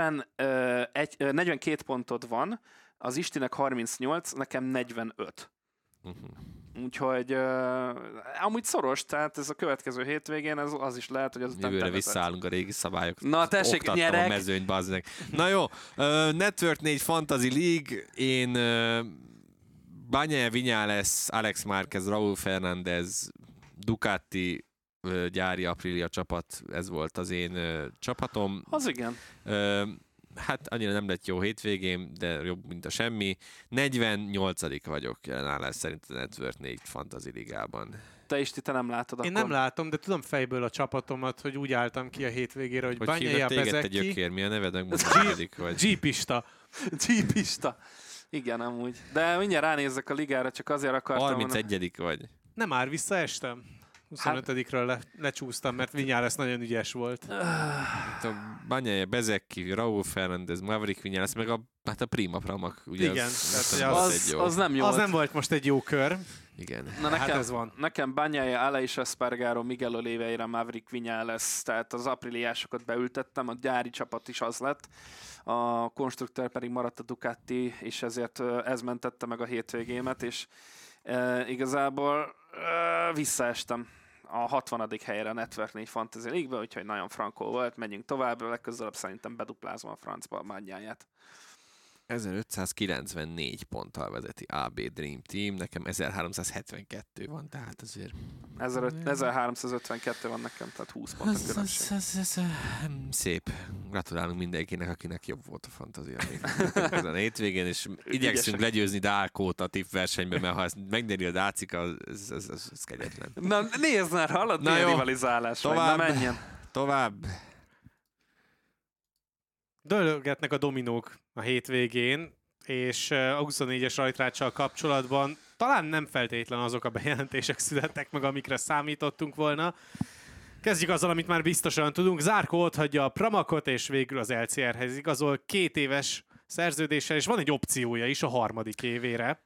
42 pontod van, az Istinek 38, nekem 45. Úgyhogy amúgy szoros, tehát ez a következő hétvégén az is lehet, hogy azután Jövőre te vezet. visszaállunk a régi szabályok. Na tessék, Oktattam nyerek! a mezőnyt, bazdnek. Na jó, Network 4 Fantasy League, én Bagnaia Viñales, Alex Márquez, Raúl Fernández, Ducati gyári Aprilia csapat, ez volt az én csapatom. Az igen. Hát annyira nem lett jó hétvégém, de jobb, mint a semmi. 48. vagyok jelenállás szerint a Network 4 Fantasy Ligában. Te is, te nem látod Én akkor. nem látom, de tudom fejből a csapatomat, hogy úgy álltam ki a hétvégére, hogy Hogy hívnak Bagnaia, téged, te Bezeki, gyökér? Mi a neved? Megmondod, vagy? G-pista. G-pista. Igen, amúgy. De mindjárt ránézzek a ligára, csak azért akartam... 31. vagy. Nem már visszaestem. 25-ről lecsúsztam, mert Viñales nagyon ügyes volt. Bagnaia, Bezeki, Raúl Fernández, Maverick Viñales, meg a Prima Pramak. Ugye Igen, Az nem jó. Az nem volt most egy jó kör. Igen. Na nekem, Hát ez van. Nekem Bagnaia, Aleix Espargaro, Miguel Oliveira, Maverick Viñales, tehát az apriliásokat beültettem, a gyári csapat is az lett, a konstruktőr pedig maradt a Ducati, és ezért ez mentette meg a hétvégémet, és igazából visszaestem a 60. helyre a Network 4 Fantasy League-be, úgyhogy nagyon frankó volt, megyünk tovább, legközelebb szerintem beduplázom a francba a Bagnaia-t. 1594 ponttal vezeti AB Dream Team, nekem 1372 van, tehát azért... 1352 van nekem, tehát 20 pont a különbség. Szép. Gratulálunk mindenkinek, akinek jobb volt a fantázia ezen a hétvégén, és igyekszünk legyőzni Dálkót a tipp versenyben, mert ha ezt megnyeri a Dácika, ez kegyetlen. Na nézd már, hallod, milyen rivalizálás tovább, vagy, na menjen. Tovább. Dőlgetnek a dominók a hétvégén, és a 24-es rajtráccsal kapcsolatban talán nem feltétlen azok a bejelentések születtek meg, amikre számítottunk volna. Kezdjük azzal, amit már biztosan tudunk. Zarco otthagyja a Pramakot, és végül az LCR-hez igazol 2 éves szerződéssel, és van egy opciója is a 3. évére.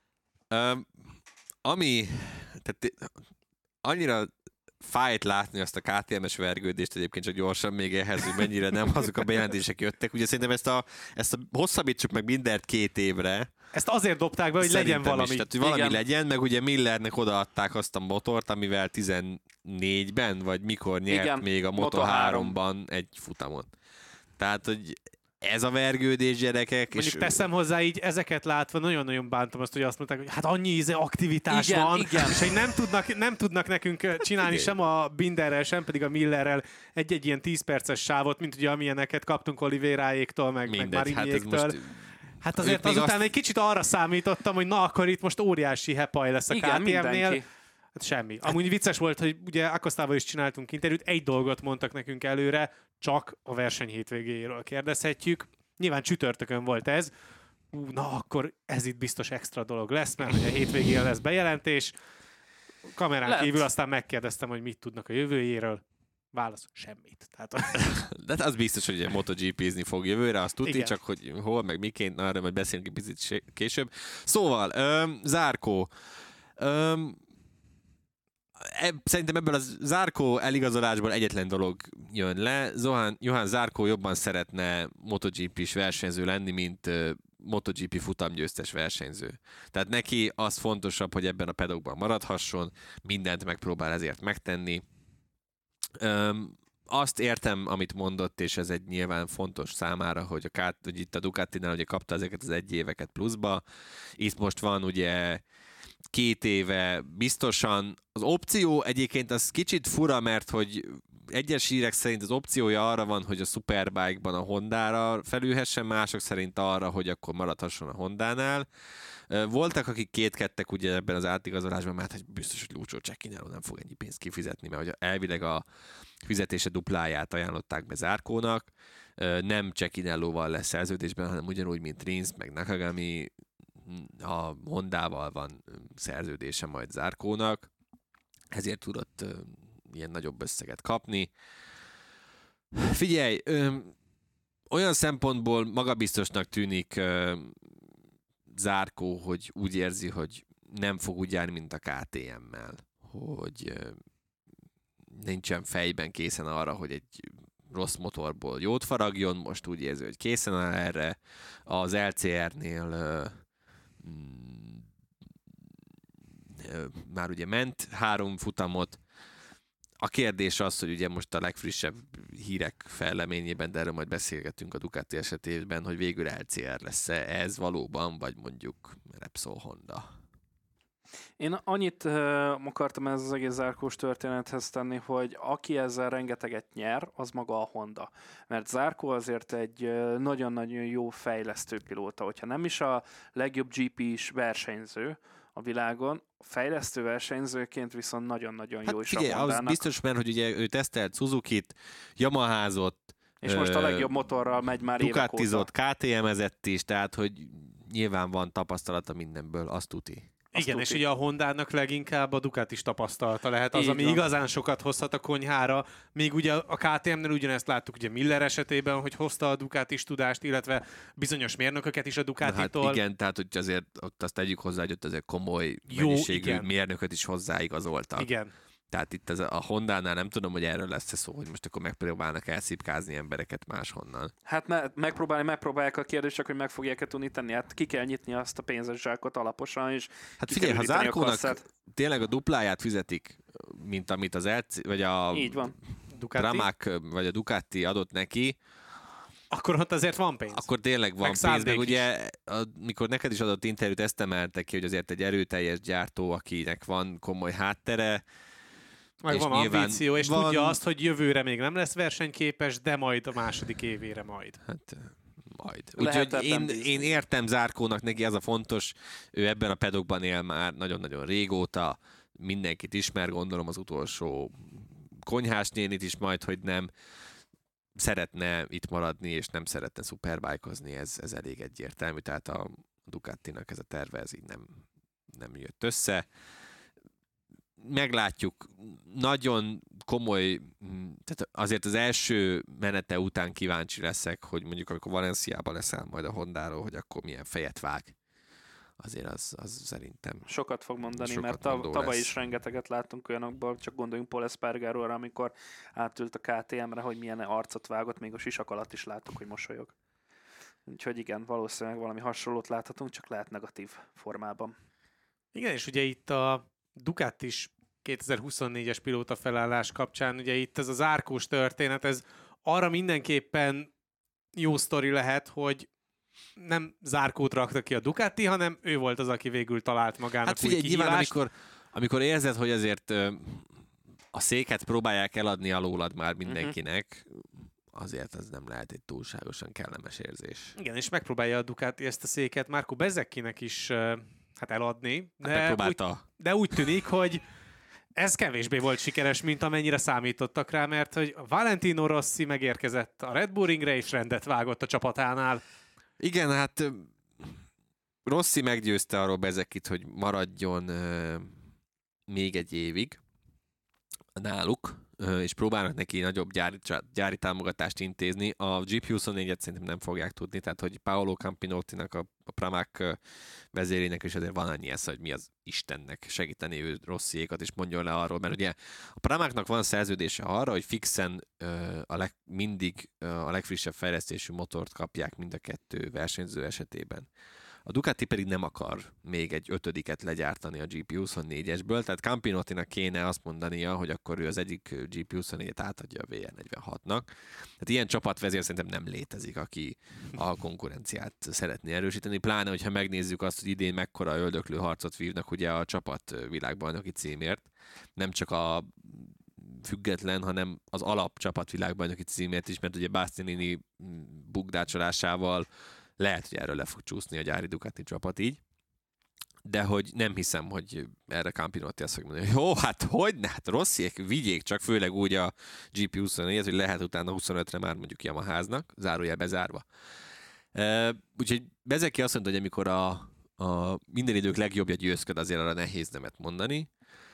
Tehát annyira fájt látni azt a KTM-es vergődést egyébként, csak gyorsan még ehhez, hogy mennyire nem azok a bejelentések jöttek. Ugye szerintem ezt a hosszabbítsuk meg mindent 2 évre. Ezt azért dobták be, hogy legyen valami. Is, tehát, hogy valami legyen, meg ugye Millernek odaadták azt a motort, amivel 14-ben, vagy mikor nyert még a Moto3-ban egy futamon. Tehát, hogy ez a vergődés, gyerekek. Mondjuk teszem hozzá így, ezeket látva nagyon-nagyon bántam azt, hogy azt mondták, hogy hát annyi aktivitás van, és hogy nem tudnak nekünk csinálni sem a Binderrel, sem pedig a Millerrel egy ilyen 10 perces sávot, mint ugye amilyeneket kaptunk Olivéráéktól, meg Mariniéktől. Hát azért azután egy kicsit arra számítottam, hogy na akkor itt most óriási hepaj lesz a KTM-nél. Hát semmi. Amúgy vicces volt, hogy ugye Acosztával is csináltunk interjút, egy dolgot mondtak nekünk előre, csak a verseny hétvégéjéről kérdezhetjük. Nyilván csütörtökön volt ez. Na akkor ez itt biztos extra dolog lesz, mert ugye a hétvégén lesz bejelentés. Kamerán kívül aztán megkérdeztem, hogy mit tudnak a jövőjéről. Válasz, semmit. De az biztos, hogy MotoGP-zni fog jövőre, azt tudni, csak hogy hol, meg miként, na erről majd beszélünk egy picit később. Szóval, Zarco. Szerintem ebből a Zarco eligazolásból egyetlen dolog jön le. Johan Zarco jobban szeretne MotoGP-s versenyző lenni, mint MotoGP futamgyőztes versenyző. Tehát neki az fontosabb, hogy ebben a pedokban maradhasson, mindent megpróbál ezért megtenni. Azt értem, amit mondott, és ez egy nyilván fontos számára, hogy itt a Ducatinál ugye kapta ezeket az 1 éveket pluszba. Itt most van ugye 2 éve biztosan. Az opció egyébként az kicsit fura, mert hogy egyes hírek szerint az opciója arra van, hogy a Superbike-ban a Hondára felülhessen, mások szerint arra, hogy akkor maradhasson a Hondánál. Voltak, akik kétkedtek ugye ebben az átigazolásban, mert hogy biztos, hogy Lucio Cecchinello nem fog ennyi pénzt kifizetni, mert hogy elvileg a fizetése dupláját ajánlották be Zarcónak. Nem Cecchinellóval lesz szerződésben, hanem ugyanúgy, mint Rins, meg Nakagami, a Hondával van szerződése majd Zarcónak, ezért tudott ilyen nagyobb összeget kapni. Figyelj, olyan szempontból magabiztosnak tűnik Zarco, hogy úgy érzi, hogy nem fog úgy járni, mint a KTM-mel, hogy nincsen fejben készen arra, hogy egy rossz motorból jót faragjon, most úgy érzi, hogy készen áll erre. Az LCR-nél már ugye ment 3 futamot. A kérdés az, hogy ugye most a legfrissebb hírek fejleményében, de erről majd beszélgetünk a Ducati esetében, hogy végül LCR lesz-e ez valóban, vagy mondjuk Repsol Honda. Én annyit akartam ez az egész Zarcós történethez tenni, hogy aki ezzel rengeteget nyer, az maga a Honda. Mert Zarco azért egy nagyon-nagyon jó fejlesztő pilóta, hogyha nem is a legjobb GP-s versenyző a világon, fejlesztő versenyzőként viszont nagyon-nagyon jó is figyelj, a Hondának. Az biztos, mert hogy ugye ő tesztelt Suzukit, Yamaházott, és most a legjobb motorral megy már évek óta. Ducatizott, KTM-ezett is, tehát hogy nyilván van tapasztalata mindenből, azt tuti. Igen, és ugye a Hondának leginkább a Ducatis tapasztalata lehet az, Így ami van. igazán sokat hozhat a konyhára. Még ugye a KTM-nél ugyanezt láttuk ugye Miller esetében, hogy hozta a Ducatis tudást, illetve bizonyos mérnököket is a Ducatitól. Hát igen, tehát hogy azért ott azt tegyük hozzá, hogy ott azért komoly mennyiségű mérnököt is hozzáigazoltak. Igen. Tehát itt a Hondánál nem tudom, hogy erről lesz szó, hogy most akkor megpróbálnak elszipkázni embereket máshonnan. Hát megpróbálják, a kérdés csak, hogy meg fogják-e tudni tenni. Hát ki kell nyitni azt a pénzes zsákot alaposan, és hát figyelj, ha Zarcónak tényleg a dupláját fizetik, mint amit az vagy a így van. Pramac vagy a Ducati adott neki, akkor ott azért van pénz. Akkor tényleg van pénz, meg ugye, mikor neked is adott interjút, ezt emelte ki, hogy azért egy erőteljes gyártó, akinek van komoly háttere, meg van ambíció, és tudja azt, hogy jövőre még nem lesz versenyképes, de majd a második évére majd. Hát majd. Úgyhogy én értem Zarcónak, neki ez a fontos, ő ebben a pedokban él már nagyon-nagyon régóta, mindenkit ismer, gondolom az utolsó konyhás nénit is majd, hogy nem szeretne itt maradni, és nem szeretne szuperbájkozni, ez elég egyértelmű, tehát a Ducatinak ez a terve, ez így nem jött össze. Meglátjuk, nagyon komoly, tehát azért az első menete után kíváncsi leszek, hogy mondjuk amikor Valenciában leszáll majd a Hondáról, hogy akkor milyen fejet vág. Azért az szerintem sokat fog mondani, mert tavaly is rengeteget láttunk olyanokból, csak gondoljunk Paul Espargaróra, amikor átült a KTM-re, hogy milyen arcot vágott, még a sisak alatt is láttuk, hogy mosolyog. Úgyhogy igen, valószínűleg valami hasonlót láthatunk, csak lehet negatív formában. Igen, és ugye itt a Ducatis 2024-es pilóta felállás kapcsán, ugye itt ez az Zarcós történet, ez arra mindenképpen jó sztori lehet, hogy nem Zarcót rakta ki a Ducati, hanem ő volt az, aki végül talált magának hát figyelj, új kihívást. Nyilván, amikor érzed, hogy azért a széket próbálják eladni alólad már mindenkinek, azért ez nem lehet egy túlságosan kellemes érzés. Igen, és megpróbálja a Ducati ezt a széket Marco Bezzecchinek is eladni, de úgy tűnik, hogy ez kevésbé volt sikeres, mint amennyire számítottak rá, mert hogy Valentino Rossi megérkezett a Red Bull ringre, és rendet vágott a csapatánál. Igen, hát Rossi meggyőzte arról Bezzecchit, hogy maradjon még egy évig náluk, és próbálnak neki nagyobb gyári támogatást intézni. A GP24-et szerintem nem fogják tudni, tehát hogy Paolo Campinottinak, a Pramac vezérének is azért van annyi esze, hogy mi az Istennek segíteni ő Rossiékat, és mondjon le arról, mert ugye a Pramacnak van szerződése arra, hogy fixen mindig a legfrissebb fejlesztésű motort kapják mind a kettő versenyző esetében. A Ducati pedig nem akar még egy 5-et legyártani a GP24-esből, tehát Campinottinak kéne azt mondania, hogy akkor ő az egyik GP24-et átadja a VR46-nak. Tehát ilyen csapatvezér szerintem nem létezik, aki a konkurenciát szeretné erősíteni, pláne, hogyha megnézzük azt, hogy idén mekkora öldöklő harcot vívnak ugye a csapat világbajnoki címért, nem csak a független, hanem az alap csapat világbajnoki címért is, mert ugye Bastianini bukdácsolásával lehet, hogy erről le fog csúszni a gyári Ducati csapat így, de hogy nem hiszem, hogy erre Campinotti azt fog mondani, hogy jó, hát hogyne, hát Rossiék vigyék csak, főleg úgy a GP24-et, hogy lehet utána 25-re már mondjuk Yamaháznak, zárójel bezárva. Úgyhogy Bezzecchi azt mondta, hogy amikor a minden idők legjobbja győzköd, azért arra nehéz nemet mondani,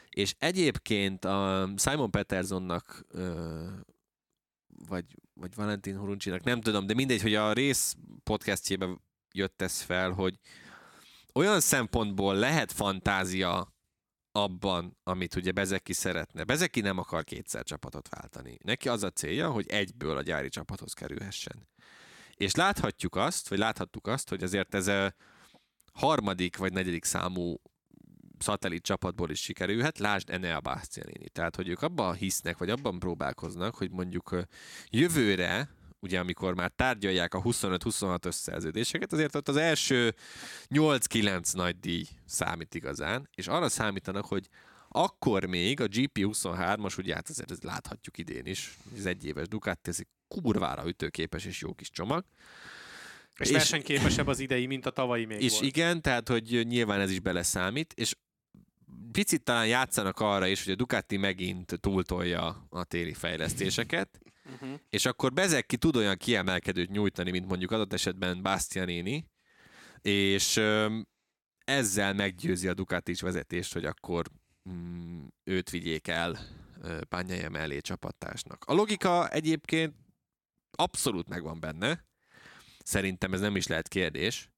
És egyébként a Simon Petersonnak, vagy Valentin Horuncsinak, nem tudom, de mindegy, hogy a rész podcastjében jött ez fel, hogy olyan szempontból lehet fantázia abban, amit ugye Bezeki szeretne. Bezeki nem akar kétszer csapatot váltani. Neki az a célja, hogy egyből a gyári csapathoz kerülhessen. És láthattuk azt, hogy azért ez a harmadik vagy negyedik számú szatellit csapatból is sikerülhet, lásd Enea Bastianini. Tehát, hogy ők abban hisznek, vagy abban próbálkoznak, hogy mondjuk jövőre, ugye amikor már tárgyalják a 25-26-ös szerződéseket, azért ott az első 8-9 nagy díj számít igazán, és arra számítanak, hogy akkor még a GP23-as, ugye hát azért ezt láthatjuk idén is, az egyéves Ducati, ez egy kurvára ütőképes és jó kis csomag. És versenyképesebb az idei, mint a tavalyi még és volt. Igen, tehát hogy nyilván ez is beleszámít, és picit talán játszanak arra is, hogy a Ducati megint túltolja a téli fejlesztéseket, és akkor Bezeki tud olyan kiemelkedőt nyújtani, mint mondjuk adott esetben Bastianini, és ezzel meggyőzi a Ducati vezetést, hogy akkor őt vigyék el Bagnaia mellé csapattársnak. A logika egyébként abszolút megvan benne, szerintem ez nem is lehet kérdés.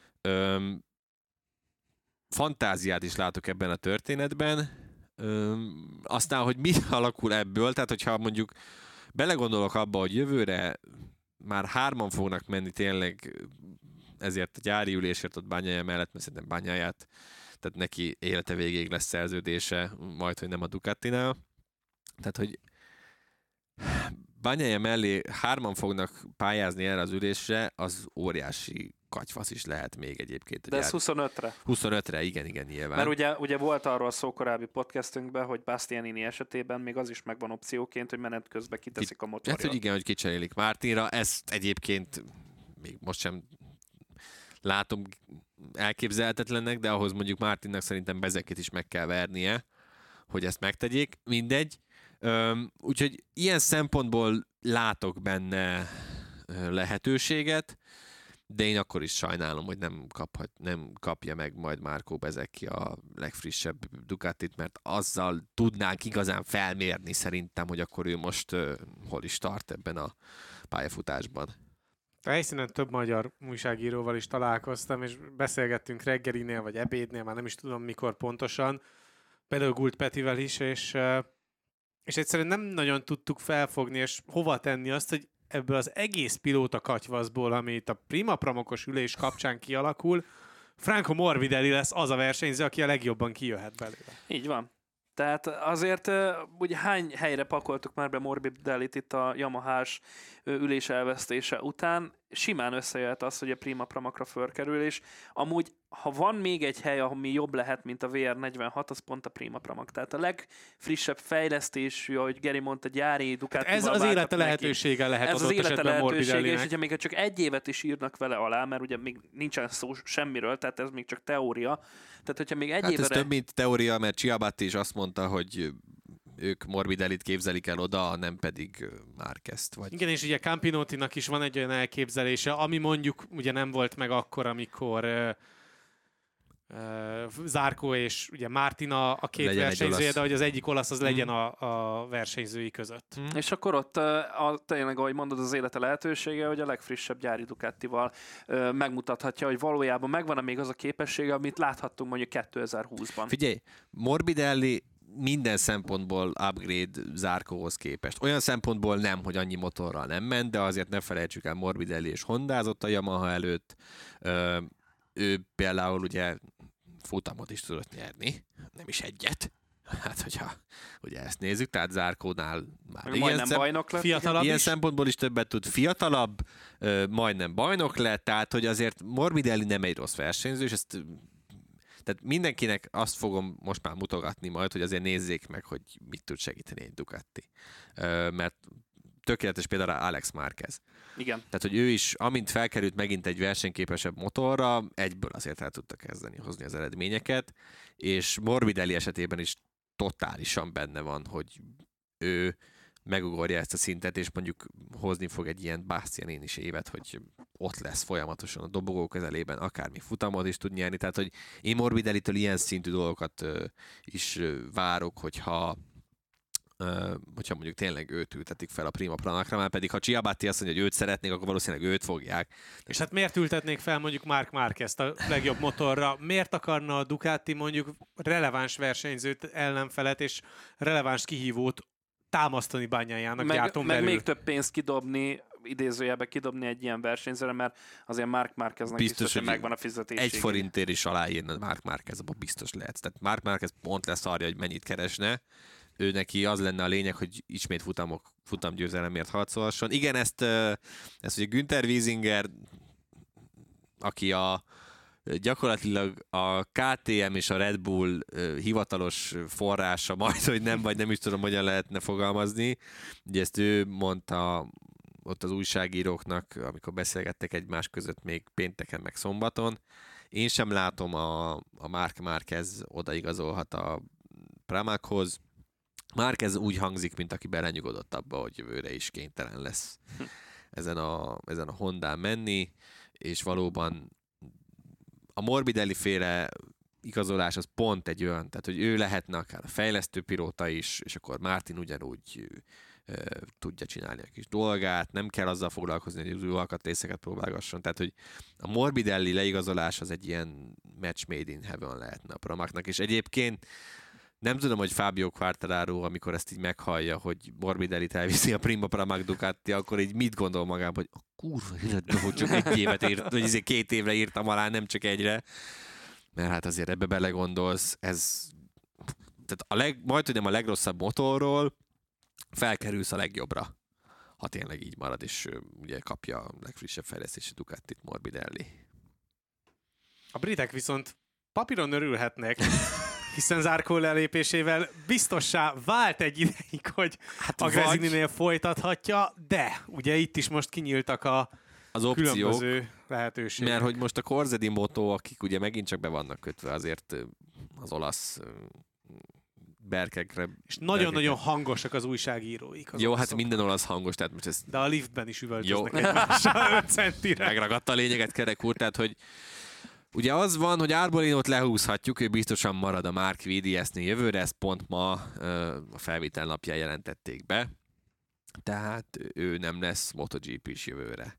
Fantáziát is látok ebben a történetben. Aztán, hogy mi alakul ebből, tehát hogyha mondjuk belegondolok abba, hogy jövőre már 3 fognak menni tényleg ezért a gyári ülésért ott Bagnaia mellett, mert szerintem Bagnaiát, tehát neki élete végéig lesz szerződése, majd, hogy nem a Ducatinál. Tehát, hogy Bagnaia mellé 3 fognak pályázni erre az ülésre, az óriási katyfasz is lehet még egyébként. De ez 25-re. 25-re, igen, nyilván. Mert ugye volt arról szó korábbi podcastünkben, hogy Bastianini esetében még az is megvan opcióként, hogy menet közben kiteszik a motorját. Hát, hogy igen, hogy kicserélik Martinra, ezt egyébként még most sem látom elképzelhetetlennek, de ahhoz mondjuk Martinnak szerintem Bezekit is meg kell vernie, hogy ezt megtegyék, mindegy. Úgyhogy ilyen szempontból látok benne lehetőséget, de én akkor is sajnálom, hogy nem kapja meg majd Marco Bezzecchi a legfrissebb Ducatit, mert azzal tudnánk igazán felmérni szerintem, hogy akkor ő most hol is tart ebben a pályafutásban. A helyszínen több magyar újságíróval is találkoztam, és beszélgettünk reggelinél, vagy ebédnél, már nem is tudom mikor pontosan, például Gult Petivel is, és egyszerűen nem nagyon tudtuk felfogni, és hova tenni azt, hogy ebből az egész pilóta katyvaszból, amit a Prima Pramokos ülés kapcsán kialakul, Franco Morbidelli lesz az a versenyző, aki a legjobban kijöhet belőle. Így van. Tehát azért ugye hány helyre pakoltuk már be Morbidellit itt a Yamaha-s ülés elvesztése után, simán összejöhet az, hogy a Prima Pramakra fölkerül, és amúgy, ha van még egy hely, ami jobb lehet, mint a VR46, az pont a Prima Pramak. Tehát a legfrissebb fejlesztés, ahogy Geri mondta, gyári Ducatival ez az élete lehetősége lehet ez az élete lehetősége, és hogyha még csak 1 évet is írnak vele alá, mert ugye még nincsen szó semmiről, tehát ez még csak teória. Tehát, hogyha még egy évre... ez több, mint teória, mert Ciabatti is azt mondta, hogy ők Morbidellit képzelik el oda, nem pedig Márquezt. Vagy... Igen, és ugye Campinotinak is van egy olyan elképzelése, ami mondjuk ugye nem volt meg akkor, amikor Zarco és ugye Martina a két versenyzője, de hogy az egyik olasz az legyen a versenyzői között. És akkor ott tényleg, ahogy mondod, az élete lehetősége, hogy a legfrissebb gyári Ducatival megmutathatja, hogy valójában megvan még az a képessége, amit láthattunk mondjuk 2020-ban. Figyelj, Morbidelli minden szempontból upgrade Zarcohoz képest. Olyan szempontból nem, hogy annyi motorral nem ment, de azért ne felejtsük el, Morbidelli és hondázott a Yamaha előtt. Ő például ugye futamot is tudott nyerni, nem is egyet. Hát, hogyha ugye ezt nézzük, tehát Zarcónál már majdnem bajnok lett. Fiatalabb ilyen is. szempontból is többet tud. Fiatalabb, majdnem bajnok lett, tehát hogy azért Morbidelli nem egy rossz versenyző, és ezt tehát mindenkinek azt fogom most már mutogatni majd, hogy azért nézzék meg, hogy mit tud segíteni egy Ducati. Mert tökéletes például Alex Márquez. Igen. Tehát, hogy ő is, amint felkerült megint egy versenyképesebb motorra, egyből azért el tudta kezdeni hozni az eredményeket, és Morbidelli esetében is totálisan benne van, hogy ő megugorja ezt a szintet, és mondjuk hozni fog egy ilyen Bastianin is évet, hogy ott lesz folyamatosan a dobogó közelében, akármi futamot is tud nyerni. Tehát, hogy én Morbidelli-től ilyen szintű dolgokat is várok, hogyha mondjuk tényleg őt ültetik fel a Prima Pranakra, már pedig ha Ciabatti azt mondja, hogy őt szeretnék, akkor valószínűleg őt fogják. És hát miért ültetnék fel mondjuk Marc Márquezt a legjobb motorra? Miért akarna a Ducati mondjuk releváns versenyzőt ellenfelet és releváns kihívót támasztani Bagnaia-nak gyárton belül? Meg még több pénzt kidobni, idézőjelbe kidobni egy ilyen versenyzőre, mert azért Marc Márqueznek biztos, hogy megvan a fizetéség. 1 forintért is aláírna Marc Márquez, abban biztos lehet. Tehát Marc Márquez pont leszarja, hogy mennyit keresne. Ő neki az lenne a lényeg, hogy ismét futamgyőzelemért harcolhasson. Igen, ezt ugye Günther Wiesinger, aki gyakorlatilag a KTM és a Red Bull hivatalos forrása, majd, hogy nem, vagy nem is tudom, hogyan lehetne fogalmazni. Ugye ezt ő mondta ott az újságíróknak, amikor beszélgettek egymás között még pénteken meg szombaton. Én sem látom a Marc Márquez odaigazolhat a Pramachoz. Márquez úgy hangzik, mint aki belenyugodott abba, hogy jövőre is kénytelen lesz ezen a Hondán menni, és valóban a Morbidelli féle igazolás az pont egy olyan, tehát hogy ő lehetne akár a fejlesztő pilóta is, és akkor Martin ugyanúgy tudja csinálni a kis dolgát, nem kell azzal foglalkozni, hogy az új alkatrészeket próbálgasson. Tehát, hogy a Morbidelli leigazolás az egy ilyen match made in heaven lehetne a Pramacnak, és egyébként nem tudom, hogy Fabio Quartararo, amikor ezt így meghallja, hogy Morbidellit elviszi a Prima Pramac Ducati, akkor így mit gondol magában, hogy a kurva életben, hogy csak 1 évet írt, vagy 2 évre írtam alá, nem csak 1-re. Mert hát azért ebbe belegondolsz, ez tehát majdnem a legrosszabb motorról felkerülsz a legjobbra, ha tényleg így marad, és ugye kapja a legfrissebb fejlesztési Ducatit Morbidelli. A britek viszont papíron örülhetnek, hiszen Zarco lelépésével biztossá vált egy ideig, hogy hát a Gresininél folytathatja, de ugye itt is most kinyíltak az opciók, különböző lehetőségek. Mert hogy most a Corzedi Moto, akik ugye megint csak be vannak kötve azért az olasz berkekre. És nagyon-nagyon hangosak az újságíróik. Jó, hát minden olasz hangos, tehát most ez... De a liftben is üvöltöznek egymással 5 centire. Megragadta a lényeget, Kerek úr, tehát hogy ugye az van, hogy Arbolinót lehúzhatjuk, ő biztosan marad a Mark VDS-nél jövőre, ezt pont ma a felvétel napján jelentették be, tehát ő nem lesz MotoGP-s jövőre.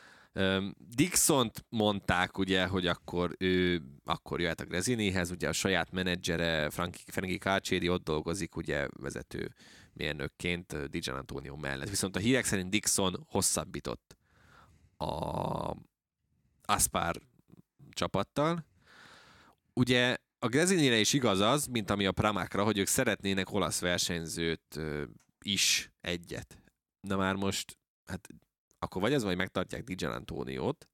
Dixont mondták ugye, hogy akkor jöhet a Gresinihez, ugye a saját menedzsere Frankie Carcieri ott dolgozik, ugye vezető mérnökként Di Gianantonio mellett. Viszont a hírek szerint Dixon hosszabbított a Aspar csapattal. Ugye a Gresinire is igaz az, mint ami a Pramacra, hogy ők szeretnének olasz versenyzőt is egyet. Na már most, hát akkor vagy az, vagy megtartják Di Gianantoniót,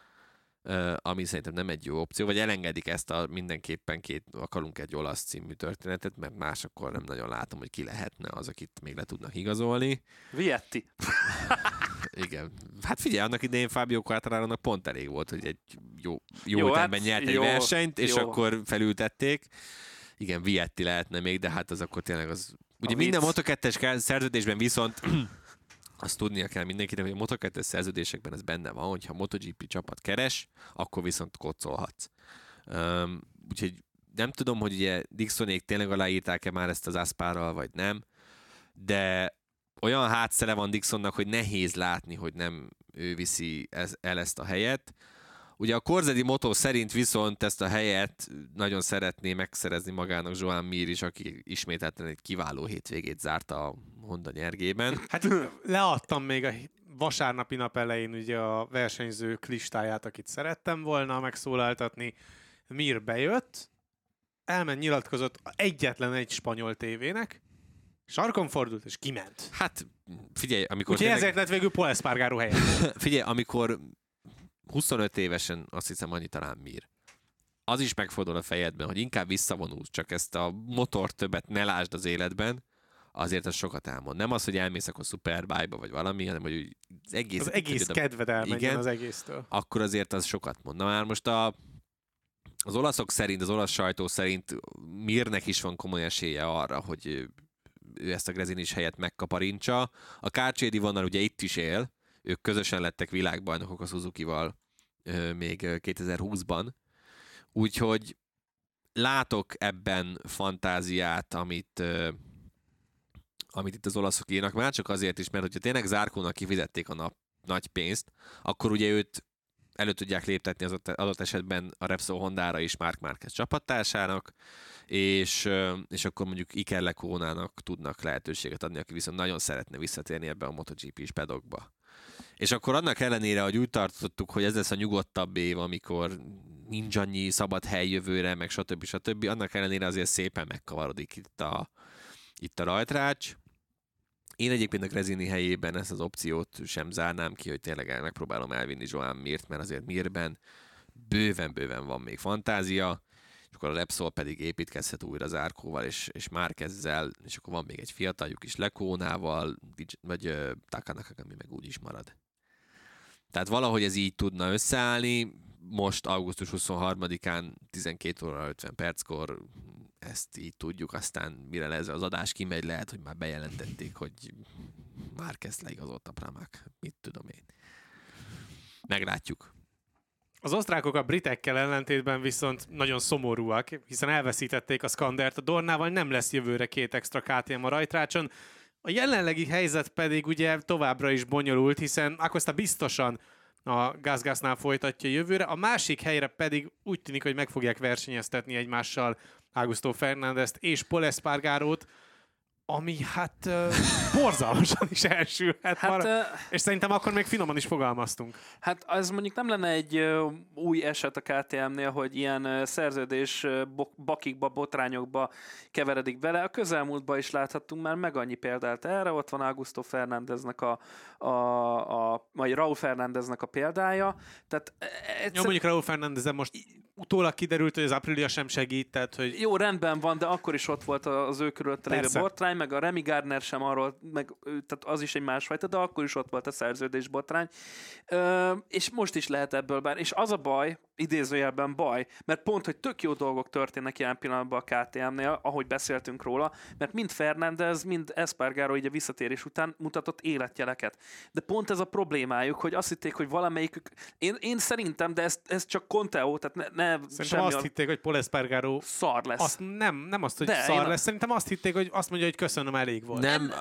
ami szerintem nem egy jó opció, vagy elengedik ezt mindenképpen akarunk egy olasz című történetet, mert más akkor nem nagyon látom, hogy ki lehetne az, akit még le tudnak igazolni. Vietti. Igen. Hát figyelj, annak idején Fabio Quartararonak pont elég volt, hogy egy jó ütemben nyert egy versenyt, és akkor felültették. Igen, Vietti lehetne még, de hát az akkor tényleg az... Ugye minden Moto2-es szerződésben viszont azt tudnia kell mindenkinek, hogy a Moto2-es szerződésekben ez benne van, hogyha MotoGP csapat keres, akkor viszont koccolhatsz. Úgyhogy nem tudom, hogy ugye Dixonék tényleg aláírták-e már ezt az Asparral, vagy nem, de olyan hátszele van Dixonnak, hogy nehéz látni, hogy nem ő viszi el ezt a helyet. Ugye a Corzedi Moto szerint viszont ezt a helyet nagyon szeretné megszerezni magának Joan Mir is, aki ismételten egy kiváló hétvégét zárt a Honda nyergében. Hát leadtam még a vasárnapi nap elején ugye a versenyzők listáját, akit szerettem volna megszólaltatni. Mir bejött, elment, nyilatkozott egyetlen egy spanyol tévének, sarkon fordult, és kiment. Hát figyelj, amikor... Úgyhogy ezért lett végül Pol Espargaro helyen. Figyelj, amikor 25 évesen, azt hiszem annyi talán Mir, az is megfordul a fejedben, hogy inkább visszavonulsz, csak ezt a motor többet ne lásd az életben, azért az sokat elmond. Nem az, hogy elmész akkor Superbike-ba vagy valami, hanem hogy az egész kedved elmenjen az egésztől. Akkor azért az sokat mond. Na már most az olaszok szerint, az olasz sajtó szerint Mirnek is van komoly esélye arra, hogy ő ezt a Gresini-s helyet megkaparintsa. A Kárcsédi vonal ugye itt is él, ők közösen lettek világbajnokok a Suzuki-val még 2020-ban. Úgyhogy látok ebben fantáziát, amit itt az olaszok írnak, már csak azért is, mert hogyha tényleg Zarcónak kifizették a nagy pénzt, akkor ugye őt elő tudják léptetni az adott esetben a Repsol Hondára is Marc Márquez csapattársának, és akkor mondjuk Iker Lecuonának tudnak lehetőséget adni, aki viszont nagyon szeretne visszatérni ebbe a MotoGP-s pedokba. És akkor annak ellenére, hogy úgy tartottuk, hogy ez lesz a nyugodtabb év, amikor nincs annyi szabad hely jövőre, meg stb. Annak ellenére azért szépen megkavarodik itt a rajtrács. Én egyébként a Gresini helyében ezt az opciót sem zárnám ki, hogy tényleg megpróbálom elvinni Joan Mirt, mert azért Mirben bőven van még fantázia, és akkor a Repsol pedig építkezhet újra Zarcóval és Márquezzel, és akkor van még egy fiataljuk is Lecuonával, vagy Takanaka, ami meg úgy is marad. Tehát valahogy ez így tudna összeállni, most augusztus 23-án 12 óra 50 perckor ezt így tudjuk, aztán mire ez az adás kimegy, lehet, hogy már bejelentették, hogy Márquez leigazolta Pramac. Mit tudom én. Meglátjuk. Az osztrákok a britekkel ellentétben viszont nagyon szomorúak, hiszen elveszítették a Skandert. A Dornával nem lesz jövőre 2 extra KTM a rajtrácson. A jelenlegi helyzet pedig ugye továbbra is bonyolult, hiszen Acosta biztosan a GasGasnál folytatja jövőre. A másik helyre pedig úgy tűnik, hogy meg fogják versenyeztetni egymással Augusto Fernándezt és Pol Espargarót, ami hát borzalmasan is elsülhet. És szerintem akkor még finoman is fogalmaztunk. Hát ez mondjuk nem lenne egy új eset a KTM-nél, hogy ilyen szerződés bakikba, botrányokba keveredik bele. A közelmúltban is láthattunk már meg annyi példát erre. Ott van Augusto Fernándeznek vagy Raúl Fernándeznek a példája. Tehát Jó, mondjuk Raúl Fernández most utólag kiderült, hogy az Aprilia sem segít, tehát hogy... Jó, rendben van, de akkor is ott volt az ő körülötte lévő botrány, meg a Remy Gardner sem arról, tehát az is egy másfajta, de akkor is ott volt a szerződés botrány. És most is lehet ebből bár. És az a baj, idézőjelben baj, mert pont, hogy tök jó dolgok történnek ilyen pillanatban a KTM-nél, ahogy beszéltünk róla, mert mind Fernández, mind Espargaró így a visszatérés után mutatott életjeleket. De pont ez a problémájuk, hogy azt hitték, hogy valamelyikük, én szerintem, de ez csak Conteo, tehát Szerintem azt hitték, hogy Pol Espargaró szar lesz. Nem azt, hogy szar lesz. Szerintem azt hitték, hogy azt mondja, hogy köszönöm, elég volt.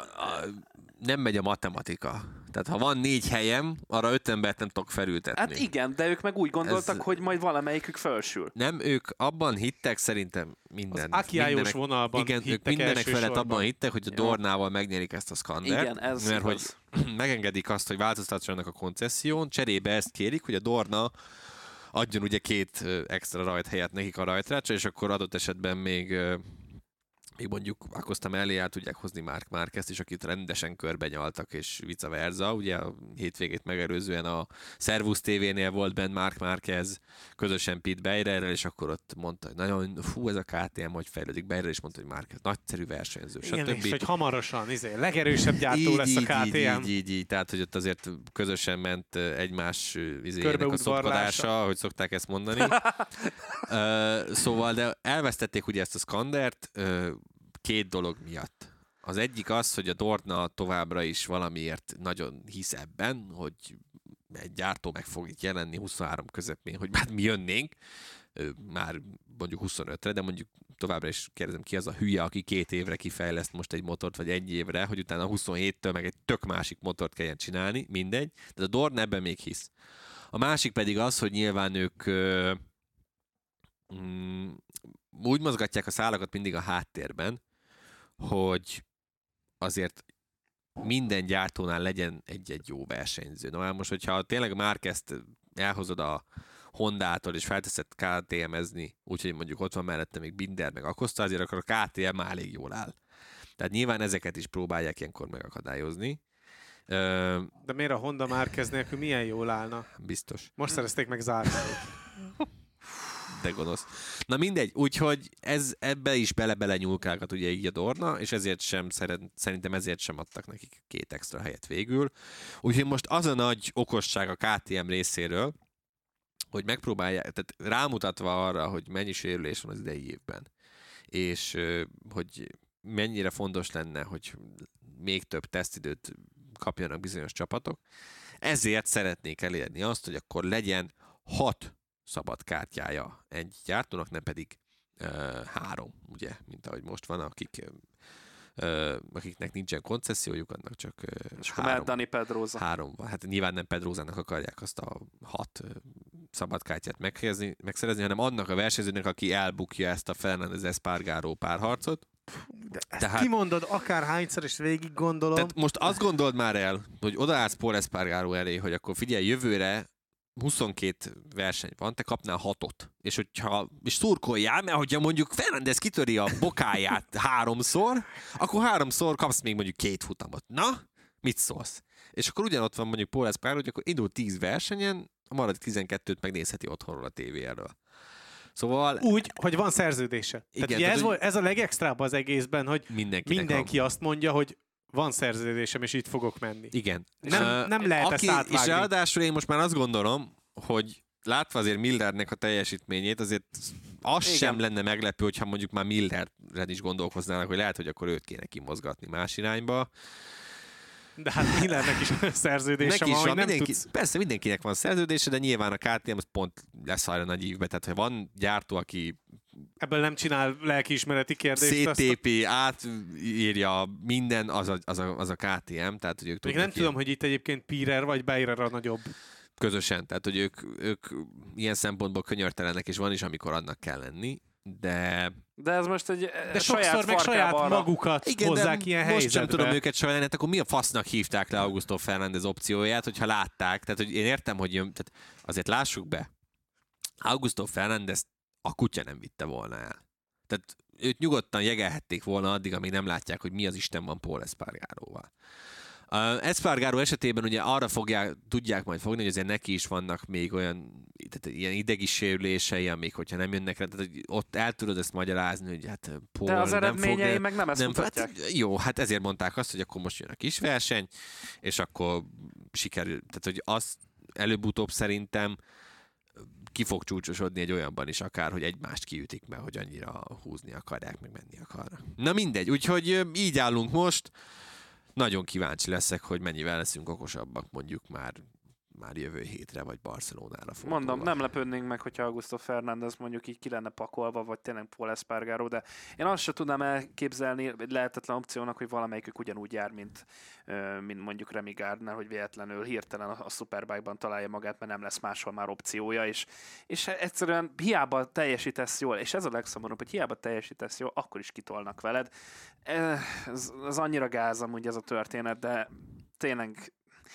Nem megy a matematika. Tehát ha van 4 helyem, arra 5 embert nem tudok felültetni. Hát igen, de ők meg úgy gondoltak, hogy majd valamelyikük felsül. Nem, ők abban hittek szerintem az Akiájós vonalban igen, ők mindenek felett abban hittek, hogy a Dornával megnyerik ezt a Skandert. Igen, ez mert hogy megengedik azt, hogy változtassanak a koncesszión, cserébe ezt kérik, hogy a Dorna adjon ugye 2 extra rajthelyet nekik a rajtrácsra, és akkor adott esetben még mondjuk Acosta mellé el tudják hozni Marc Márquezt is, akit rendesen körbenyaltak, és vice versa. Ugye a hétvégét megelőzően a Servus TV-nél volt bent Marc Márquez, közösen Pete Beirerrel, és akkor ott mondta, hogy nagyon, ez a KTM, hogy fejlődik. Beirer is mondta, hogy Márquez nagyszerű versenyző, stb. Igen, és hogy hamarosan legerősebb gyártó lesz a KTM. Így, tehát hogy ott azért közösen ment egymás a szopkodása, hogy szokták ezt mondani. Szóval, de elvesztették ugye ezt a Skandert, 2 dolog miatt. Az egyik az, hogy a Dorna továbbra is valamiért nagyon hisz ebben, hogy egy gyártó meg fog itt jelenni 23 közepén, hogy hát mi jönnénk, már mondjuk 25-re, de mondjuk továbbra is kérdezem, ki az a hülye, aki 2 évre kifejleszt most egy motort, vagy 1 évre, hogy utána 27-től meg egy tök másik motort kelljen csinálni, mindegy, de a Dorna ebben még hisz. A másik pedig az, hogy nyilván ők úgy mozgatják a szálakat mindig a háttérben, hogy azért minden gyártónál legyen egy jó versenyző. Na most, hogyha tényleg Márquezt elhozod a Hondától, és felteszed KTM-ezni, úgyhogy mondjuk ott van mellette még Binder, meg Acosta, azért akkor a KTM már elég jól áll. Tehát nyilván ezeket is próbálják ilyenkor megakadályozni. De miért a Honda Márquez nélkül milyen jól állna? Biztos. Most szerezték meg Zarcót. De gonosz. Na mindegy, úgyhogy ebbe is bele nyúlkálgat ugye így a Dorna, és szerintem ezért sem adtak nekik 2 extra helyet végül. Úgyhogy most az a nagy okosság a KTM részéről, hogy megpróbálják, tehát rámutatva arra, hogy mennyi sérülés van az idei évben, és hogy mennyire fontos lenne, hogy még több tesztidőt kapjanak bizonyos csapatok. Ezért szeretnék elérni azt, hogy akkor legyen 6 szabad kártyája egy gyártónak, nem pedig 3, ugye, mint ahogy most van, akiknek nincsen koncessziójuk, annak csak 3. Dani Pedrosa. 3 van. Hát nyilván nem Pedrosának akarják azt a 6 szabadkártyát megszerezni, hanem annak a versenyzőnek, aki elbukja ezt a Fernández Espargaró párharcot. Tehát, kimondod akárhányszor, és végig gondolom. Tehát most azt gondold már el, hogy odaállsz Pol Espargaró elé, hogy akkor figyelj, jövőre 22 verseny van, te kapnál 6-ot. És szurkoljál, mert hogyha mondjuk Fernández kitöri a bokáját 3-szor, akkor 3-szor kapsz még mondjuk 2 futamot. Na, mit szólsz? És akkor ugyanott van mondjuk Pol Espargaró, hogy akkor indul 10 versenyen, a maradék 12-t megnézheti otthonról a tévéről. Szóval... Úgy, hogy van szerződése. Igen, tehát ez a legextrább az egészben, hogy mindenki azt mondja, hogy van szerződésem, és itt fogok menni. Igen. Nem lehet ezt átvágni. És ráadásul én most már azt gondolom, hogy látva azért Millernek a teljesítményét, azért az sem lenne meglepő, hogyha mondjuk már Millerren is gondolkoznának, hogy lehet, hogy akkor őt kéne kimozgatni más irányba. De hát Millernek is szerződése van, hogy nem tudsz. Persze mindenkinek van szerződése, de nyilván a KTM az pont lesz arra nagy ívbe. Tehát, ha van gyártó, aki ebből nem csinál lelkiismereti kérdést. CTP átírja minden, az a KTM. Tehát, hogy ők még nem tudom, hogy itt egyébként Pirer vagy Beirer a nagyobb. Közösen, tehát hogy ők ilyen szempontból könyörtelenek, és van is, amikor annak kell lenni, de ez most egy sokszor meg saját magukat hozzák ilyen helyzetbe. Most sem tudom őket sajnálni, akkor mi a fasznak hívták le Augusto Fernández opcióját, hogyha látták, tehát hogy én értem, hogy tehát azért lássuk be, Augusto Fernández a kutya nem vitte volna el. Tehát őt nyugodtan jegelhették volna addig, amíg nem látják, hogy mi az Isten van Pol Espargaróval. Espargaró esetében ugye arra tudják majd fogni, hogy azért neki is vannak még olyan tehát ilyen idegi sérülései, amik hogyha nem jönnek rá, tehát ott el tudod ezt magyarázni, hogy hát Pol de az eredményei meg nem ezt mutatják. Hát, jó, hát ezért mondták azt, hogy akkor most jön a kis verseny, és akkor sikerül, tehát hogy az előbb-utóbb szerintem ki fog csúcsosodni egy olyanban is akár, hogy egymást kiütik, mert hogy annyira húzni akarják, meg menni akarnak. Na mindegy, úgyhogy így állunk most. Nagyon kíváncsi leszek, hogy mennyivel leszünk okosabbak mondjuk már jövő hétre, vagy Barcelonára fordulva. Mondom, nem lepődnénk meg, hogyha Augusto Fernández mondjuk így ki lenne pakolva, vagy tényleg Pol Espargaró, de én azt sem tudnám elképzelni egy lehetetlen opciónak, hogy valamelyikük ugyanúgy jár, mint mondjuk Remy Gardner, hogy véletlenül hirtelen a Superbike-ban találja magát, mert nem lesz máshol már opciója, és egyszerűen hiába teljesítesz jól, és ez a legszomorúbb, hogy hiába teljesítesz jól, akkor is kitolnak veled. Ez annyira gáz amúgy ez a történet, de tényleg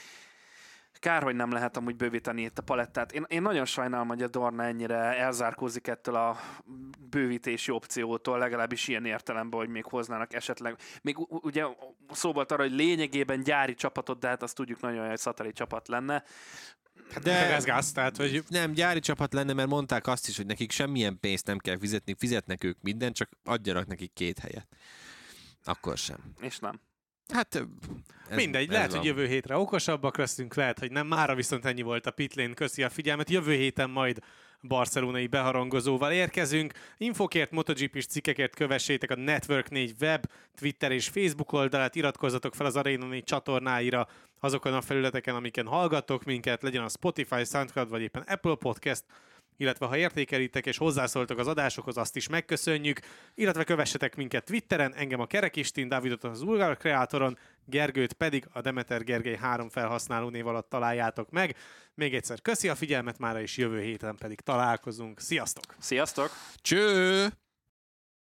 kár, hogy nem lehet amúgy bővíteni itt a palettát. Én nagyon sajnálom, hogy a Dorna ennyire elzárkózik ettől a bővítési opciótól, legalábbis ilyen értelemben, hogy még hoznának esetleg. Még ugye szó volt arra, hogy lényegében gyári csapatot, de hát azt tudjuk nagyon, hogy szateli csapat lenne. De ez gáz, tehát, hogy nem, gyári csapat lenne, mert mondták azt is, hogy nekik semmilyen pénzt nem kell fizetni, fizetnek ők mindent, csak adjanak nekik 2 helyet. Akkor sem. És nem. Hát mindegy, lehet, hogy jövő hétre okosabbak leszünk, lehet, hogy nem. Mára viszont ennyi volt a Pitlane, köszi a figyelmet. Jövő héten majd barcelonai beharangozóval érkezünk. Infokért, MotoGP-s cikkekért kövessétek a Network 4 web, Twitter és Facebook oldalát, iratkozzatok fel az Arena 4 csatornáira azokon a felületeken, amiken hallgattok minket, legyen a Spotify, SoundCloud vagy éppen Apple Podcast, illetve ha értékelitek és hozzászóltok az adásokhoz, azt is megköszönjük, illetve kövessetek minket Twitteren, engem a Kerek István, Dávidot az Ulgar Kreátoron, Gergőt pedig a Demeter Gergely 3 felhasználó név alatt találjátok meg. Még egyszer köszi a figyelmet mára, és jövő héten pedig találkozunk. Sziasztok! Sziasztok! Cső!